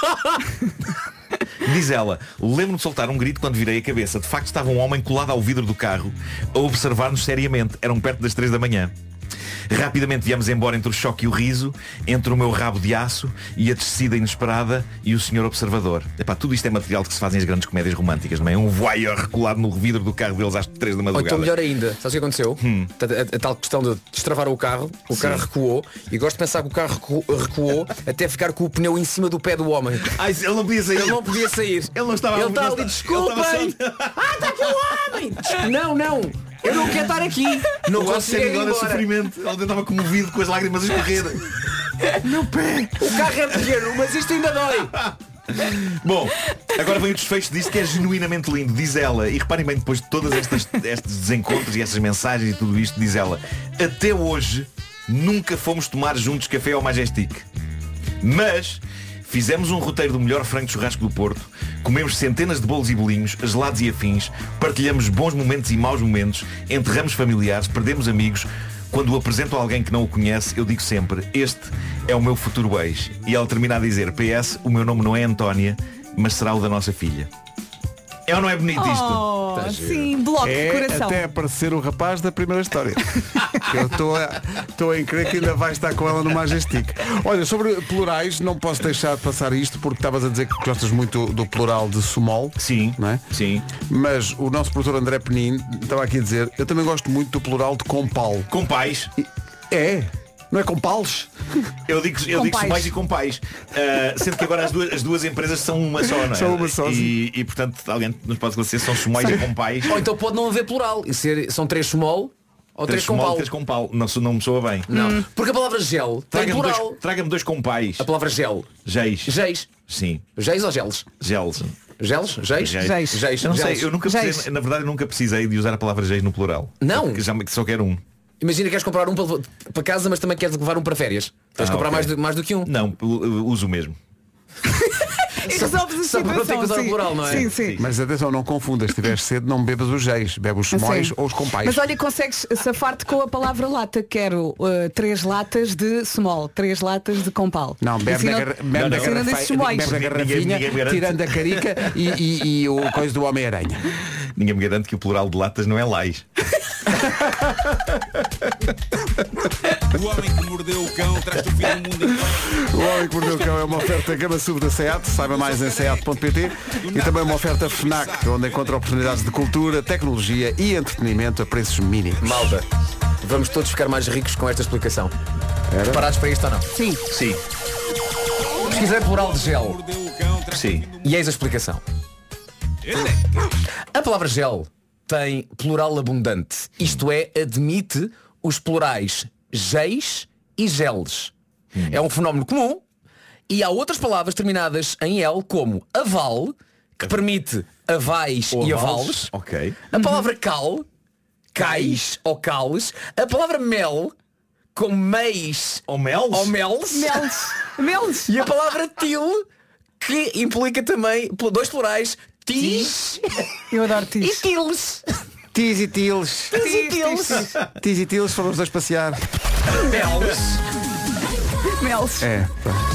Diz ela, lembro-me de soltar um grito quando virei a cabeça. De facto estava um homem colado ao vidro do carro a observar-nos seriamente. Eram perto das três da manhã. Rapidamente viemos embora entre o choque e o riso, entre o meu rabo de aço e a descida inesperada e o senhor observador. Epá, tudo isto é material de que se fazem as grandes comédias românticas, não é? Um voyeur recolado no vidro do carro deles às três da Ou madrugada. então melhor ainda, sabes o que aconteceu? Hum. A, a- a tal questão de destravar o carro, o Sim. carro recuou, e gosto de pensar que o carro recu- recuou até ficar com o pneu em cima do pé do homem. Ai, ele não podia sair. Ele não podia sair. Ele não estava Ele não está ali, estava- ele desculpem! estava só- Ah, está aqui o homem! Não, não! Eu não quero estar aqui! Não O consigo ir agora embora! sofrimento. Ele estava comovido com as lágrimas a escorrer. Meu pé! O carro é pequeno, mas isto ainda dói! Bom, agora vem o desfecho disto que é genuinamente lindo. Diz ela, e reparem bem, depois de todas estas estes desencontros e estas mensagens e tudo isto, diz ela, até hoje nunca fomos tomar juntos café ao Majestic. Mas fizemos um roteiro do melhor frango de churrasco do Porto, comemos centenas de bolos e bolinhos, gelados e afins, partilhamos bons momentos e maus momentos, enterramos familiares, perdemos amigos. Quando o apresento a alguém que não o conhece, eu digo sempre, este é o meu futuro ex. E ela termina a dizer, P S, o meu nome não é Antónia, mas será o da nossa filha. É ou não é bonito isto? Oh. Oh, Tá giro. sim, bloco de É coração. até aparecer o rapaz da primeira história. Eu estou a, estou a crer que ainda vai estar com ela no Majestic. Olha, sobre plurais, não posso deixar de passar isto, porque estavas a dizer que gostas muito do plural de sumol. Sim, não é? Sim. Mas o nosso produtor André Penin estava aqui a dizer, eu também gosto muito do plural de compal. Compais. É? Não é compales? Eu digo, eu digo Compais. sumais e compais. Uh, sendo que agora as duas, as duas empresas são uma só, não é? São uma só, e, e portanto alguém nos pode esclarecer se são sumais e compais. Ou então pode não haver plural e ser, são três sumol ou três, Três sumol, compal. três compal. Não, não me soa bem. Não. Porque a palavra gel tem Traga-me plural. dois, traga-me dois compais. A palavra gel. Geis. Geis. Sim. Geis ou geles? Geles. Geles? Geis? Geis. Geis. Eu não Geles. sei, eu nunca Geis. precisei, na verdade eu nunca precisei de usar a palavra geis no plural. Não. Porque já me- só quero um. Imagina que queres comprar um para, para casa, mas também queres levar um para férias. Tens de Ah, comprar ok. mais, do, mais do que um. Não, u- uso o mesmo. E resolves a Só para não ter situação, que usar o sim. plural, não é? Sim, sim. Mas atenção, não confundas, se tiveres sede, não bebas os geis, bebe os sumóis Sim. ou os compais. Mas olha, consegues safar-te com a palavra lata. Quero uh, três latas de small, três latas de compal. Não, bebe Assim da, não- gar- bebe da, assim não garrafa- dizes sumóis. bebe da Ninguém- garrafinha, ninguém garante. tirando a carica e, e- e o coisa do Homem-Aranha. Ninguém me garante que o plural de latas não é lais. O homem que mordeu o cão traz-te o fim do mundo inteiro. O Homem que Mordeu o Cão é uma oferta Gama Sub da SEAT, saiba mais em seat ponto pt, e também uma oferta FNAC, onde encontra oportunidades de cultura, tecnologia e entretenimento a preços mínimos. Malta, vamos todos ficar mais ricos com esta explicação. Preparados para isto ou não? Sim. Sim. Pesquisei plural de gel. Sim. E eis a explicação. A palavra gel tem plural abundante. Isto é, admite os plurais geis e geles. É um fenómeno comum e há outras palavras terminadas em L como aval, que permite avais Ou e avales. avales. Ok. A palavra cal, cais ou cales. A palavra mel, como meis ou meles. ou meles. Meles. Meles. E a palavra til, que implica também pl- dois plurais, tis Eu adoro e tis. tiles. Tis e tiles. Tis e tiles. Tis e tiles, fomos dois passear. Meles. Meles. É.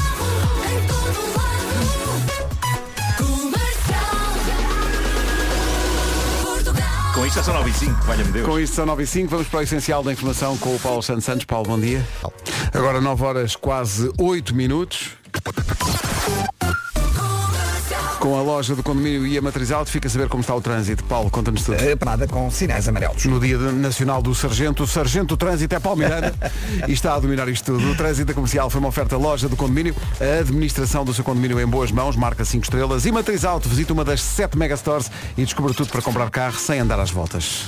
Com isto já são nove e cinco, valha-me Deus. Com isto são nove e cinco, vamos para o essencial da informação com o Paulo Santos Santos. Paulo, bom dia. Agora nove horas, quase oito minutos. Com a loja do condomínio e a Matriz Alto, fica a saber como está o trânsito. Paulo, conta-nos tudo. Eh, Parada com sinais amarelos. No Dia Nacional do Sargento, o Sargento do Trânsito é Paulo Miranda e está a dominar isto tudo. O trânsito comercial foi uma oferta loja do condomínio, a administração do seu condomínio em boas mãos, marca cinco estrelas e Matriz Alto. Visita uma das sete megastores e descobre tudo para comprar carro sem andar às voltas.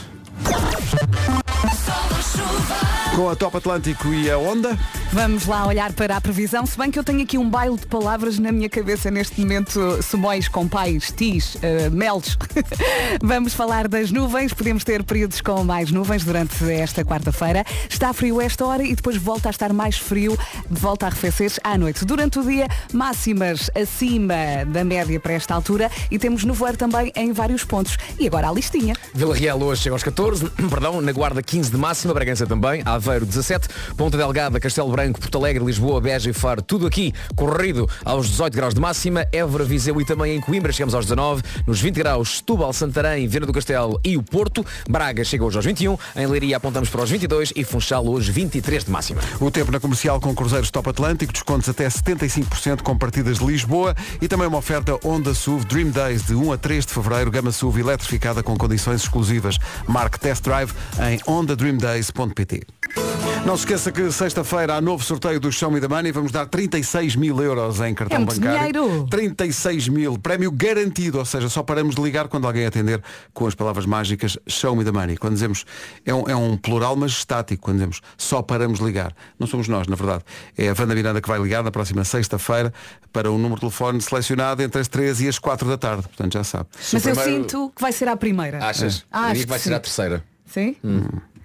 Com a Top Atlântico e a Honda. Vamos lá olhar para a previsão, se bem que eu tenho aqui um baile de palavras na minha cabeça neste momento, sumóis, compais, tis, uh, melos. Vamos falar das nuvens, podemos ter períodos com mais nuvens durante esta quarta-feira. Está frio esta hora e depois volta a estar mais frio, volta a arrefecer à noite. Durante o dia, máximas acima da média para esta altura e temos nevoeiro também em vários pontos. E agora a listinha. Vila Real hoje chega aos catorze, perdão, na Guarda quinze de máxima, Bragança também, Aveiro dezassete, Ponta Delgada, Castelo Branco, Porto Alegre, Lisboa, Beja e Faro, tudo aqui corrido aos dezoito graus de máxima, Évora, Viseu e também em Coimbra chegamos aos dezanove, nos vinte graus, Setúbal, Santarém, Viana do Castelo e o Porto, Braga chega hoje aos vinte e um, em Leiria apontamos para os vinte e dois e Funchal hoje vinte e três de máxima. O tempo na comercial com cruzeiros Top Atlântico, descontos até setenta e cinco por cento com partidas de Lisboa e também uma oferta Honda S U V Dream Days de um a três de fevereiro, gama S U V eletrificada com condições exclusivas. Marque Test Drive em honda dream days ponto pt. Não se esqueça que sexta-feira há novo sorteio do Show Me the Money. Vamos dar trinta e seis mil euros em cartão É muito bancário. dinheiro. trinta e seis mil. Prémio garantido. Ou seja, só paramos de ligar quando alguém atender com as palavras mágicas Show Me the Money. Quando dizemos, é um, é um plural mas estático. Quando dizemos só paramos de ligar. Não somos nós, na verdade. É a Wanda Miranda que vai ligar na próxima sexta-feira para um número de telefone selecionado entre as três e as quatro da tarde. Portanto, já sabe. Mas eu primeiro- sinto que vai ser a primeira. Achas? Ah, Eu acho digo que vai que ser sim. a terceira. Sim?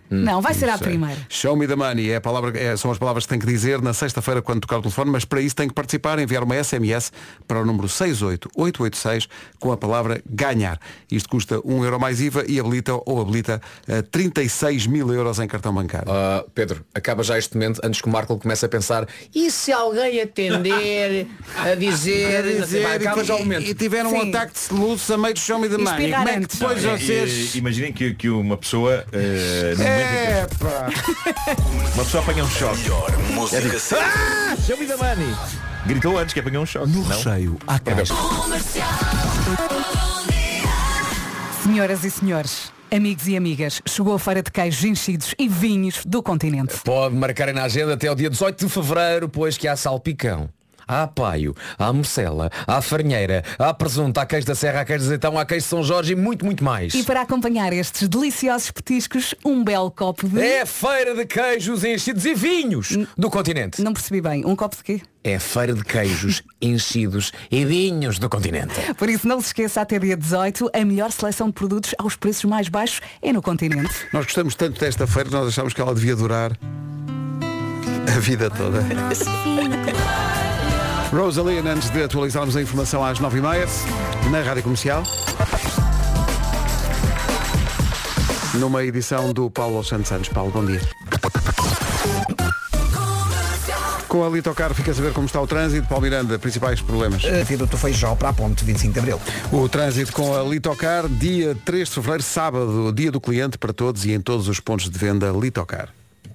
Não, vai ser à sei. primeira. Show me the money é a palavra, é, são as palavras que tem que dizer na sexta-feira quando tocar o telefone, mas para isso tem que participar, enviar uma S M S para o número seis oito oito oito seis com a palavra ganhar. Isto custa um euro mais I V A e habilita ou habilita uh, trinta e seis mil euros em cartão bancário. Uh, Pedro, acaba já este momento antes que o Marco comece a pensar e se alguém atender a dizer, a dizer Vai, acaba e, já o momento. e tiver um Sim. ataque de soluço a meio do show me the money. Como é que depois Não, vocês... e- Imaginem que, que uma pessoa uh, no momento em que Epá. uma pessoa apanha um choque. É tipo, ah, show me the money. Gritou antes que apanhou um choque. No Não? recheio, à caixa. Senhoras e senhores, amigos e amigas, chegou a feira de queijos enchidos e vinhos do continente. Pode marcar na agenda até o dia dezoito de fevereiro, pois que há salpicão. Há paio, há morcela, há farinheira, há presunto, há queijo da serra, há queijo de azeitão, há queijo de São Jorge e muito, muito mais. E para acompanhar estes deliciosos petiscos, um belo copo de... É a feira de queijos enchidos e vinhos do continente. Não percebi bem, um copo de quê? É a feira de queijos enchidos e vinhos do continente. Por isso não se esqueça, até dia dezoito, a melhor seleção de produtos aos preços mais baixos é no continente. Nós gostamos tanto desta feira que nós achamos que ela devia durar a vida toda. Rosalie, antes de atualizarmos a informação às nove e meia, na Rádio Comercial. Numa edição do Paulo Santos Santos. Paulo, bom dia. Com a Litocar fica a saber como está o trânsito. Paulo Miranda, principais problemas. Viaduto Feijó para a ponte vinte e cinco de Abril. O trânsito com a Litocar, dia três de fevereiro, sábado, dia do cliente para todos e em todos os pontos de venda Litocar.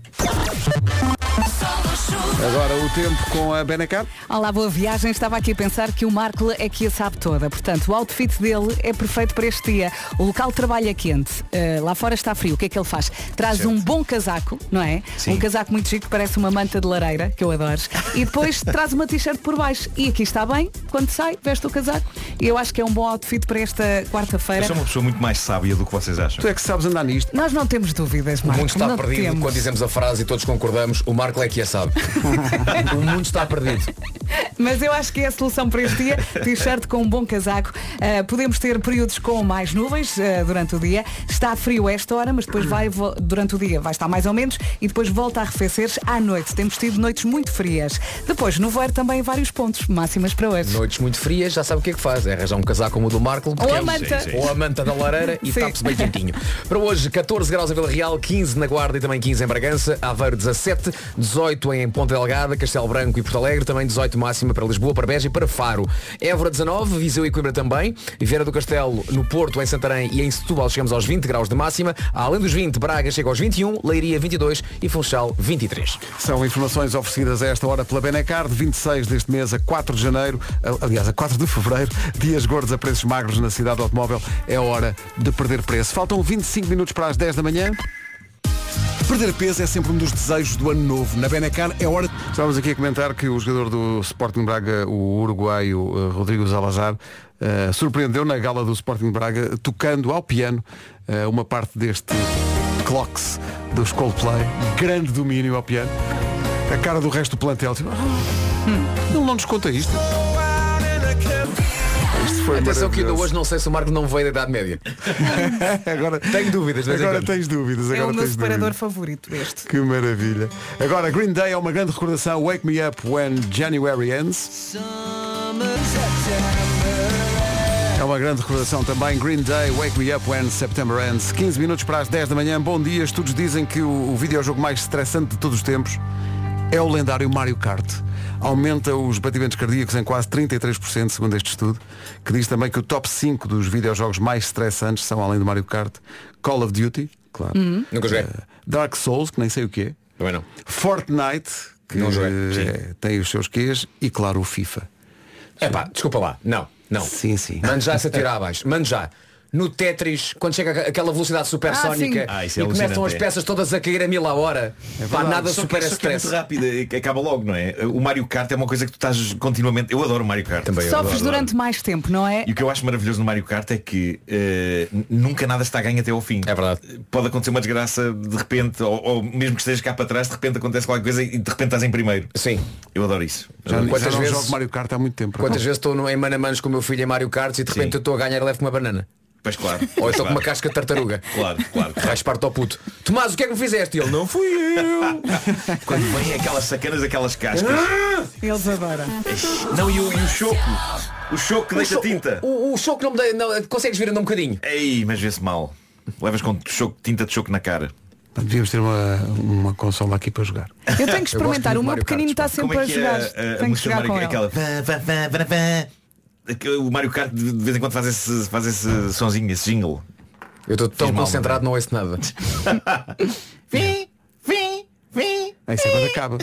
Agora o tempo com a Benacar. Olá, boa viagem. Estava aqui a pensar que o Marco é que a sabe toda. Portanto, o outfit dele é perfeito para este dia. O local de trabalho é quente. Uh, lá fora está frio. O que é que ele faz? Traz Certo. um bom casaco, não é? Sim. Um casaco muito chique, que parece uma manta de lareira, que eu adoro. E depois traz uma t-shirt por baixo. E aqui está bem. Quando sai, veste o casaco. E eu acho que é um bom outfit para esta quarta-feira. Eu sou uma pessoa muito mais sábia do que vocês acham. Tu é que sabes andar nisto. Nós não temos dúvidas, O Marco. mundo está não perdido temos. quando dizemos a frase e todos concordamos, o Marco é que a sabe. O mundo está perdido. Mas eu acho que é a solução para este dia. T-shirt com um bom casaco. Uh, podemos ter períodos com mais nuvens uh, durante o dia. Está frio a esta hora, mas depois vai vo- durante o dia vai estar mais ou menos e depois volta a arrefecer-se à noite. Temos tido noites muito frias. Depois, no voeiro também em vários pontos. Máximas para hoje. Noites muito frias, já sabe o que é que faz. É arranjar um casaco como o do Marco. Ou a é- manta. sim, sim. Ou a manta da lareira e Sim. tape-se bem quentinho. Para hoje, catorze graus em Vila Real, quinze na Guarda e também quinze em Bragança, Aveiro dezassete, dezoito em Ponta Delgada, Castelo Branco e Porto Alegre, também dezoito máxima para Lisboa, para Beja e para Faro. Évora dezanove, Viseu e Coimbra também, Vieira do Castelo no Porto, em Santarém e em Setúbal chegamos aos vinte graus de máxima, além dos vinte, Braga chega aos vinte e um, Leiria vinte e dois e Funchal vinte e três. São informações oferecidas a esta hora pela Benacar, de vinte e seis deste mês a quatro de janeiro, aliás a quatro de fevereiro, dias gordos a preços magros na cidade do automóvel, é hora de perder preço. Faltam vinte e cinco minutos para as dez da manhã. Perder peso é sempre um dos desejos do ano novo. Na Benacar é hora... Estávamos aqui a comentar que o jogador do Sporting Braga, o uruguaio uh, Rodrigo Salazar, uh, surpreendeu na gala do Sporting Braga, tocando ao piano uh, uma parte deste Clocks dos Coldplay. Grande domínio ao piano. A cara do resto do plantel. Tipo, ah, hum, ele não nos conta isto. Isto foi Atenção que ainda maravilhoso. hoje não sei se o Marco não veio da Idade Média. Agora, Tenho dúvidas. de vez em agora quando. tens dúvidas. É Agora o meu tens separador dúvidas. favorito este. Que maravilha. Agora, Green Day é uma grande recordação. Wake Me Up When January Ends. É uma grande recordação também. Green Day, Wake Me Up When September Ends. quinze minutos para as dez da manhã. Bom dia. Estudos dizem que o, o videojogo mais estressante de todos os tempos é o lendário Mario Kart. Aumenta os batimentos cardíacos em quase trinta e três por cento, segundo este estudo, que diz também que o top cinco dos videojogos mais estressantes são, além do Mario Kart, Call of Duty, claro. Uhum. Nunca joguei. Uh, Dark Souls, que nem sei o que é. Também não. Fortnite, que Não joguei, eh, tem os seus quês, e claro o FIFA. É pá, desculpa lá. Não, não. Sim, sim. Mande já essa tirar abaixo. Mande já. No Tetris, quando chega aquela velocidade supersónica Ah, isso é e começam as alucinante, é. peças todas a cair a mil a hora, pá, nada Só que- super só que é muito stress. rápido, é que acaba logo, não é? O Mario Kart é uma coisa que tu estás continuamente. Eu adoro o Mario Kart. Também Sofres durante mais tempo, não é? E o que eu acho maravilhoso no Mario Kart é que eh, nunca nada está ganho até ao fim. É verdade. Pode acontecer uma desgraça de repente, ou, ou mesmo que estejas cá para trás, de repente acontece qualquer coisa e de repente estás em primeiro. Sim. Eu adoro isso. Já, Adoro já Quantas não vezes- jogo Mario Kart há muito tempo. Quantas vezes estou no, em Manamanos com o meu filho em Mario Kart e de repente Sim. eu estou a ganhar e levo com uma banana. Pois claro. Ou então claro. com uma casca de tartaruga. Claro, claro. Raspar-te ao puto. Tomás, o que é que me fizeste? E ele, não fui eu. Quando vem aquelas sacanas, aquelas cascas. Eles adoram. Não, e o, e o choco. O choco que O deixa cho- tinta. O, o choco não me dá, não, consegues vir andar um bocadinho. Ei, mas vê-se mal. Levas com choco, tinta de choco na cara. Devíamos ter uma, uma consola aqui para jogar. Eu tenho que experimentar. O meu pequenino está sempre Como é a que jogar. é a, a Tenho que música do jogar com Mario, ele. aquela vá, vá, vá, vá, vá. Que O Mario Kart de de vez em quando faz esse, faz esse sonzinho, esse jingle. Eu estou tão Fiz mal, concentrado, não ouço nada. Vim, vim, vim. Isso é quando acaba.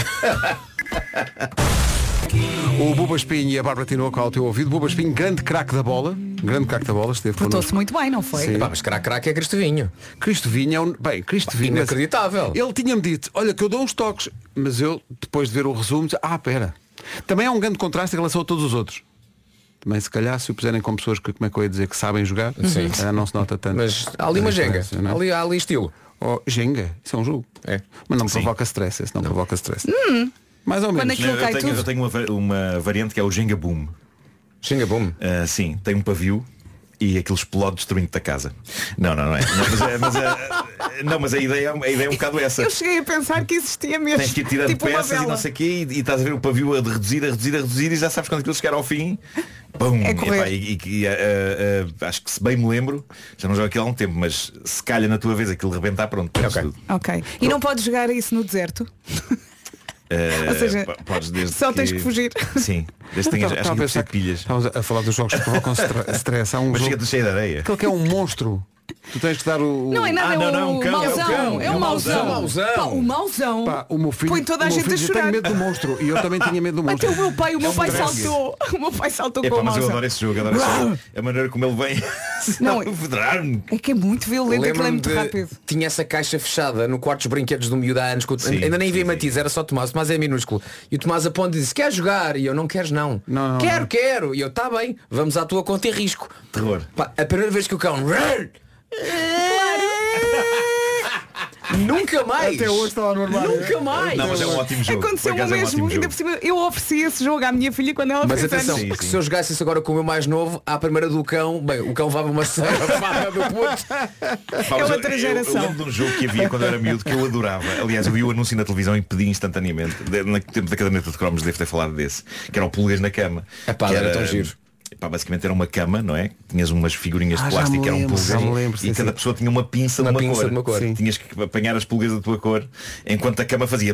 O Buba Espinho e a Bárbara Tinoco ao teu ouvido. Buba Espinho, grande craque da bola. Grande craque da bola, esteve Portou-se connosco. muito bem, não foi? Sim. Epá, mas craque craque é Cristo Vinho. Cristo Vinho é um... Bem, Cristo Vinho... mas Inacreditável. Ele tinha-me dito, olha que eu dou uns toques. Mas eu, depois de ver o resumo, disse, ah, pera. Também é um grande contraste em relação a todos os outros. Também se calhar se o puserem com pessoas que, como é que eu ia dizer, que sabem jogar, Sim. eh, não se nota tanto. Mas há ali uma a jenga. diferença, não é? Há ali, há ali estilo. Oh, jenga, isso é um jogo. É. Mas não me Sim. provoca stress, esse não, Não. provoca stress. Hum. Mais ou Quando menos. aquilo Eu cai tenho, tudo. eu tenho uma, va- uma variante que é o Jenga Boom. Xinga bom. Ah, sim, tem um pavio e aquilo explode destruindo da casa. Não, não, não é. Não, mas, é- mas é- não, mas a ideia, a ideia é um bocado essa. Eu cheguei a pensar que existia mesmo. Tens que ir tirando tipo uma peças e vela. não sei o quê e, e estás a ver o pavio a de reduzir, a reduzir, a reduzir e já sabes quando aquilo chegar ao fim. Pum, É correr. epá, e, e- e, ah, ah, ah, acho que se bem me lembro, já não jogo aquilo há um tempo, mas se calha na tua vez aquilo rebentar, pronto, perdes Ok. tudo. Ok. E não podes jogar isso no deserto? Ah, Ou seja, p- podes desde só tens que fugir. Sim, desde que tenhas, Estava- acho estava que a precisa pensar de pilhas. Estávamos a falar dos jogos que provocam stre- stress. Há um Mas jogo chega-te cheio de areia. aquele que é um monstro. Tu tens que dar o... Não é nada, Ah, não, é não, é o um cão. mauzão. É um cão. É o mauzão. Mauzão. Pá, o mauzão. Pá, o meu filho, Põe toda a o meu gente a filho, eu chorar. tenho medo do monstro. E eu também tinha medo do Até monstro. o meu pai, o meu um pai drag. saltou. O meu pai saltou Epá, com o mas eu mauzão. adoro esse jogo, adoro esse jogo. A maneira como ele vem. Não, Não, federar-me. É que é muito violento, aquilo é Lembro-me muito de rápido. tinha essa caixa fechada no quarto dos brinquedos do miúdo há anos que eu- Sim, ainda nem sim, vi sim. Matiz, era só Tomás, o Tomás é minúsculo. E o Tomás aponta e disse, quer jogar? E eu, não queres não. Não, não, quero, não. quero. E eu, tá bem, vamos à tua conta e risco. Terror. Pá, a primeira vez que o cão nunca mais. Até hoje está lá no armário. Nunca mais. Não, mas é um ótimo jogo. Aconteceu Por o acaso é um mesmo. ótimo Ainda jogo. por cima, eu ofereci esse jogo à minha filha quando ela Mas fez atenção, anos. Sim, que sim. se eu jogasse isso agora com o meu mais novo, à primeira do cão, bem, o cão levava uma sarrafada do puto. Pá, É mas outra eu- eu- geração. Eu lembro de um jogo que havia quando eu era miúdo que eu adorava. Aliás, eu vi o anúncio na televisão e pedi instantaneamente. De- No tempo da caderneta de cromos devo ter falado desse. Que era o Pulgas na Cama. Epá, que era tão giro. Pá, basicamente era uma cama, não é? Tinhas umas figurinhas Ah, de já plástico me que eram lembro, pulgas já me lembro, e sim, cada sim. pessoa tinha uma pinça Uma de uma pinça cor. de uma cor. Sim. Tinhas que apanhar as pulgas da tua cor enquanto a cama fazia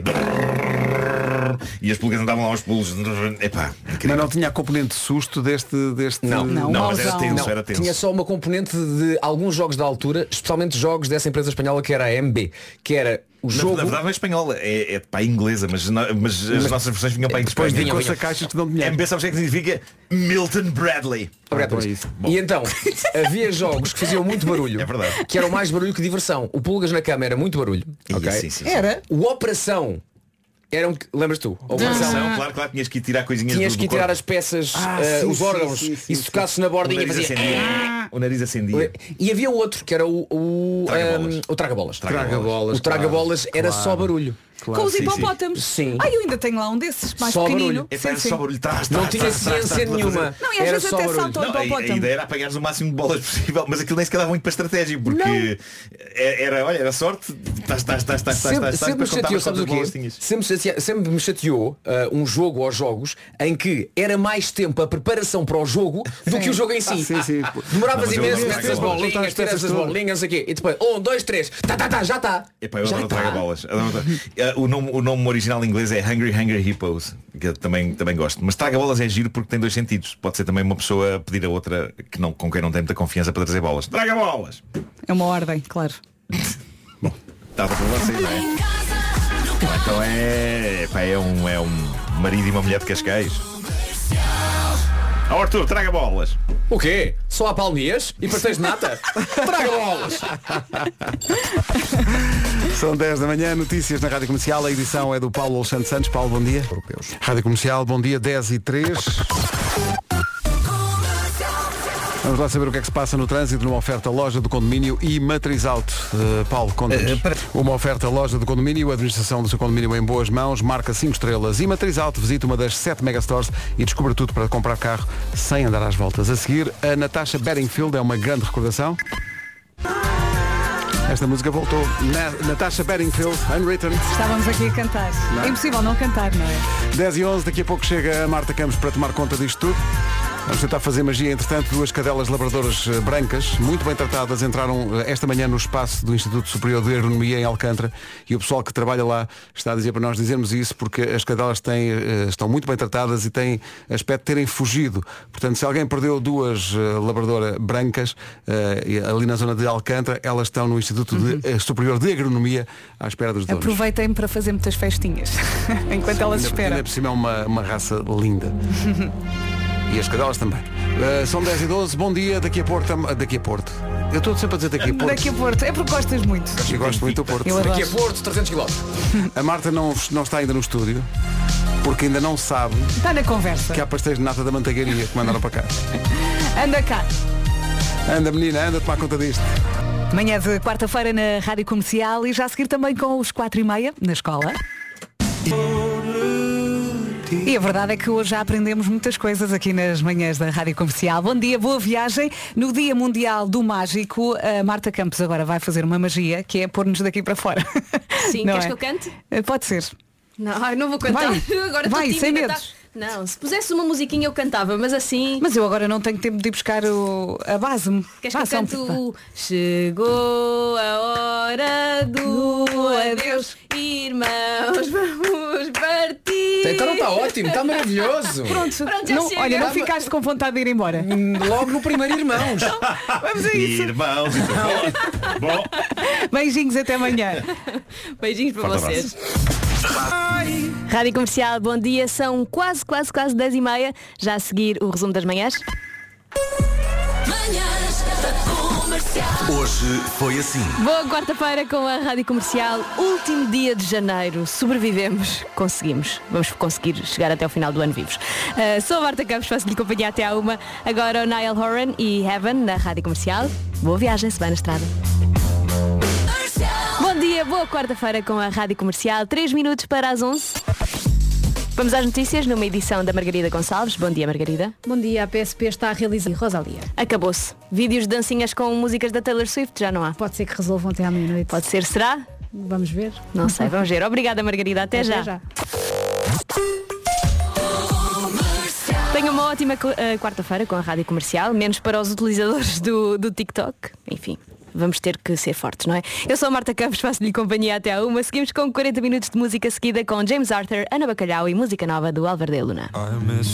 e as pulgas andavam lá aos pulos. Epá, Mas incrível. não tinha a componente de susto deste... deste... Não. Não, Não, mas era mauzão. tenso, Não, era tenso. tinha só uma componente de alguns jogos da altura, especialmente jogos dessa empresa espanhola que era a M B, que era o Na- jogo. Na verdade não é espanhola, é, é pá, inglesa, mas, não- mas as nossas versões vinham para aí de depois Espanha. vinham, Com essa caixas que dão dinheiro. M B sabes o que é que significa? Milton Bradley. Obrigado por Ah, isso. bom, é E então, havia jogos que faziam muito barulho. É verdade. Que eram mais barulho que diversão. O Pulgas na Cama era muito barulho. Ih, ok? sim, sim, sim. Era. O Operação era um. Lembras tu? A Operação. Não, claro, claro, tinhas que ir tirar coisinhas Tinhas do, que ir do tirar corpo. as peças, Ah, eh, sim, os sim, órgãos, sim, sim, e se sim. tocasse na O bordinha nariz fazia. acendia. O nariz acendia. E havia outro que era o o, Traga-bolas. ehm, o traga-bolas. Traga-bolas, O traga-bolas claro, era claro. só barulho. Claro. Com os sim, sim. hipopótamos. Sim. Ai, eu ainda tenho lá um desses, mais Só pequenino. barulho. Epá, Sim, era sim. só barulho. Trás, Não trás, tinha trás, trás, ciência trás, tudo a fazer. nenhuma. Não, e às Era vezes só até barulho. salta o Não, a, a hipopótamo. ideia era apanhares o máximo de bolas possível, mas aquilo nem sequer dava muito para estratégia, porque era, olha, era sorte, estás, estás, estás, estás, estás, Sempre, estás, sempre me depois chateou, contavas sabes o quantas bolas quê? tinhas. Sempre, me chateou- sempre me chateou uh, um jogo ou jogos em que era mais tempo a preparação para o jogo do que o jogo em si. Sim, sim. Demoravas Não, mas eu imenso, adoro metes as traga-bolas. bolinhas, Juntar as tiras peças as todas. bolinhas, não sei o quê. E depois, um, dois, três, tá, tá, tá, já está. Epá, eu Já adoro tá. traga-bolas. Adoro- Eh, O nome, o nome original em inglês é Hungry Hungry Hippos, que eu também, também gosto. Mas traga-bolas é giro porque tem dois sentidos. Pode ser também uma pessoa pedir a outra que não, com quem não tem muita confiança para trazer bolas. Traga-bolas! É uma ordem, claro. Estava por vocês, não é? Então é, pá, é, um, é um marido e uma mulher de Cascais. Ó Arthur, traga bolas. O quê? Só há palmias e pastéis de nata? Traga bolas! São dez da manhã, notícias na Rádio Comercial. A edição é do Paulo Alexandre Santos. Paulo, bom dia. Rádio Comercial, bom dia, dez e três. Vamos lá saber o que é que se passa no trânsito numa oferta loja do condomínio e Matriz Auto. Uh, Paulo, conta-nos. Uh, para... Uma oferta loja do condomínio, a administração do seu condomínio em boas mãos, marca cinco estrelas e Matriz Auto. Visita uma das sete megastores e descubra tudo para comprar carro sem andar às voltas. A seguir, a Natasha Bedingfield é uma grande recordação. Esta música voltou. Na, Natasha Bedingfield, Unwritten. Estávamos aqui a cantar. Não. É impossível não cantar, não é? dez e onze, daqui a pouco chega a Marta Campos para tomar conta disto tudo. Vamos tentar fazer magia. Entretanto, duas cadelas labradoras brancas, muito bem tratadas, entraram esta manhã no espaço do Instituto Superior de Agronomia em Alcântara e o pessoal que trabalha lá está a dizer para nós dizermos isso porque as cadelas têm, estão muito bem tratadas e têm aspecto de terem fugido. Portanto, se alguém perdeu duas labradoras brancas ali na zona de Alcântara, elas estão no Instituto uhum. de, Superior de Agronomia à espera dos donos. Aproveitem para fazer muitas festinhas enquanto elas ainda, esperam. Ainda por cima é uma, uma raça linda. E as cadelas também. Uh, são dez e doze, bom dia, daqui a Porto. Daqui a Porto. Eu estou sempre a dizer daqui a Porto. Daqui a Porto, é porque gostas muito. Eu gosto muito do Porto. Daqui a Porto, trezentos quilómetros. A Marta não, não está ainda no estúdio, porque ainda não sabe. Está na conversa. Que há pastéis de nata da manteigaria que mandaram para cá. Anda cá. Anda menina, anda, tomar conta disto. Manhã de quarta-feira na Rádio Comercial e já a seguir também com os quatro e meia na escola. E a verdade é que hoje já aprendemos muitas coisas aqui nas manhãs da Rádio Comercial. Bom dia, boa viagem. No Dia Mundial do Mágico, a Marta Campos agora vai fazer uma magia, que é pôr-nos daqui para fora. Sim, não queres é? que eu cante? Pode ser. Não, não vou cantar. Vai, agora vai sem medos. Tá... Não, se pusesse uma musiquinha eu cantava, mas assim... Mas eu agora não tenho tempo de ir buscar o... a base. Queres que eu cante o... Chegou a hora do adeus, irmãos, vamos partir. Então não está ótimo, está maravilhoso. Pronto, Pronto já não, chega. olha, não ficaste com vontade de ir embora. Logo no primeiro Irmãos. Vamos a isso. Irmãos, bom. Beijinhos, até amanhã. Beijinhos para Forte vocês. Rádio Comercial, bom dia, são quase, quase, quase dez e meia. Já a seguir o resumo das manhãs. Hoje foi assim. Boa quarta-feira com a Rádio Comercial. Último dia de janeiro. Sobrevivemos. Conseguimos. Vamos conseguir chegar até o final do ano vivos. Uh, sou a Marta Campos, faço-lhe companhia até à uma. Agora o Niall Horan e Heaven na Rádio Comercial. Boa viagem, se vai na estrada. Bom dia, boa quarta-feira com a Rádio Comercial. três minutos para as onze. Vamos às notícias numa edição da Margarida Gonçalves. Bom dia, Margarida. Bom dia, a P S P está a realizar Rosalia. Acabou-se. Vídeos de dancinhas com músicas da Taylor Swift já não há. Pode ser que resolvam até à meia-noite. Pode ser, será? Vamos ver. Não sei, vamos ver. Obrigada, Margarida. Até, até já. já. Tenha uma ótima uh, quarta-feira com a Rádio Comercial, menos para os utilizadores do, do TikTok. Enfim. Vamos ter que ser fortes, não é? Eu sou a Marta Campos, faço-lhe companhia até à uma. Seguimos com quarenta minutos de música seguida com James Arthur, Ana Bacalhau e música nova do Álvaro de Luna.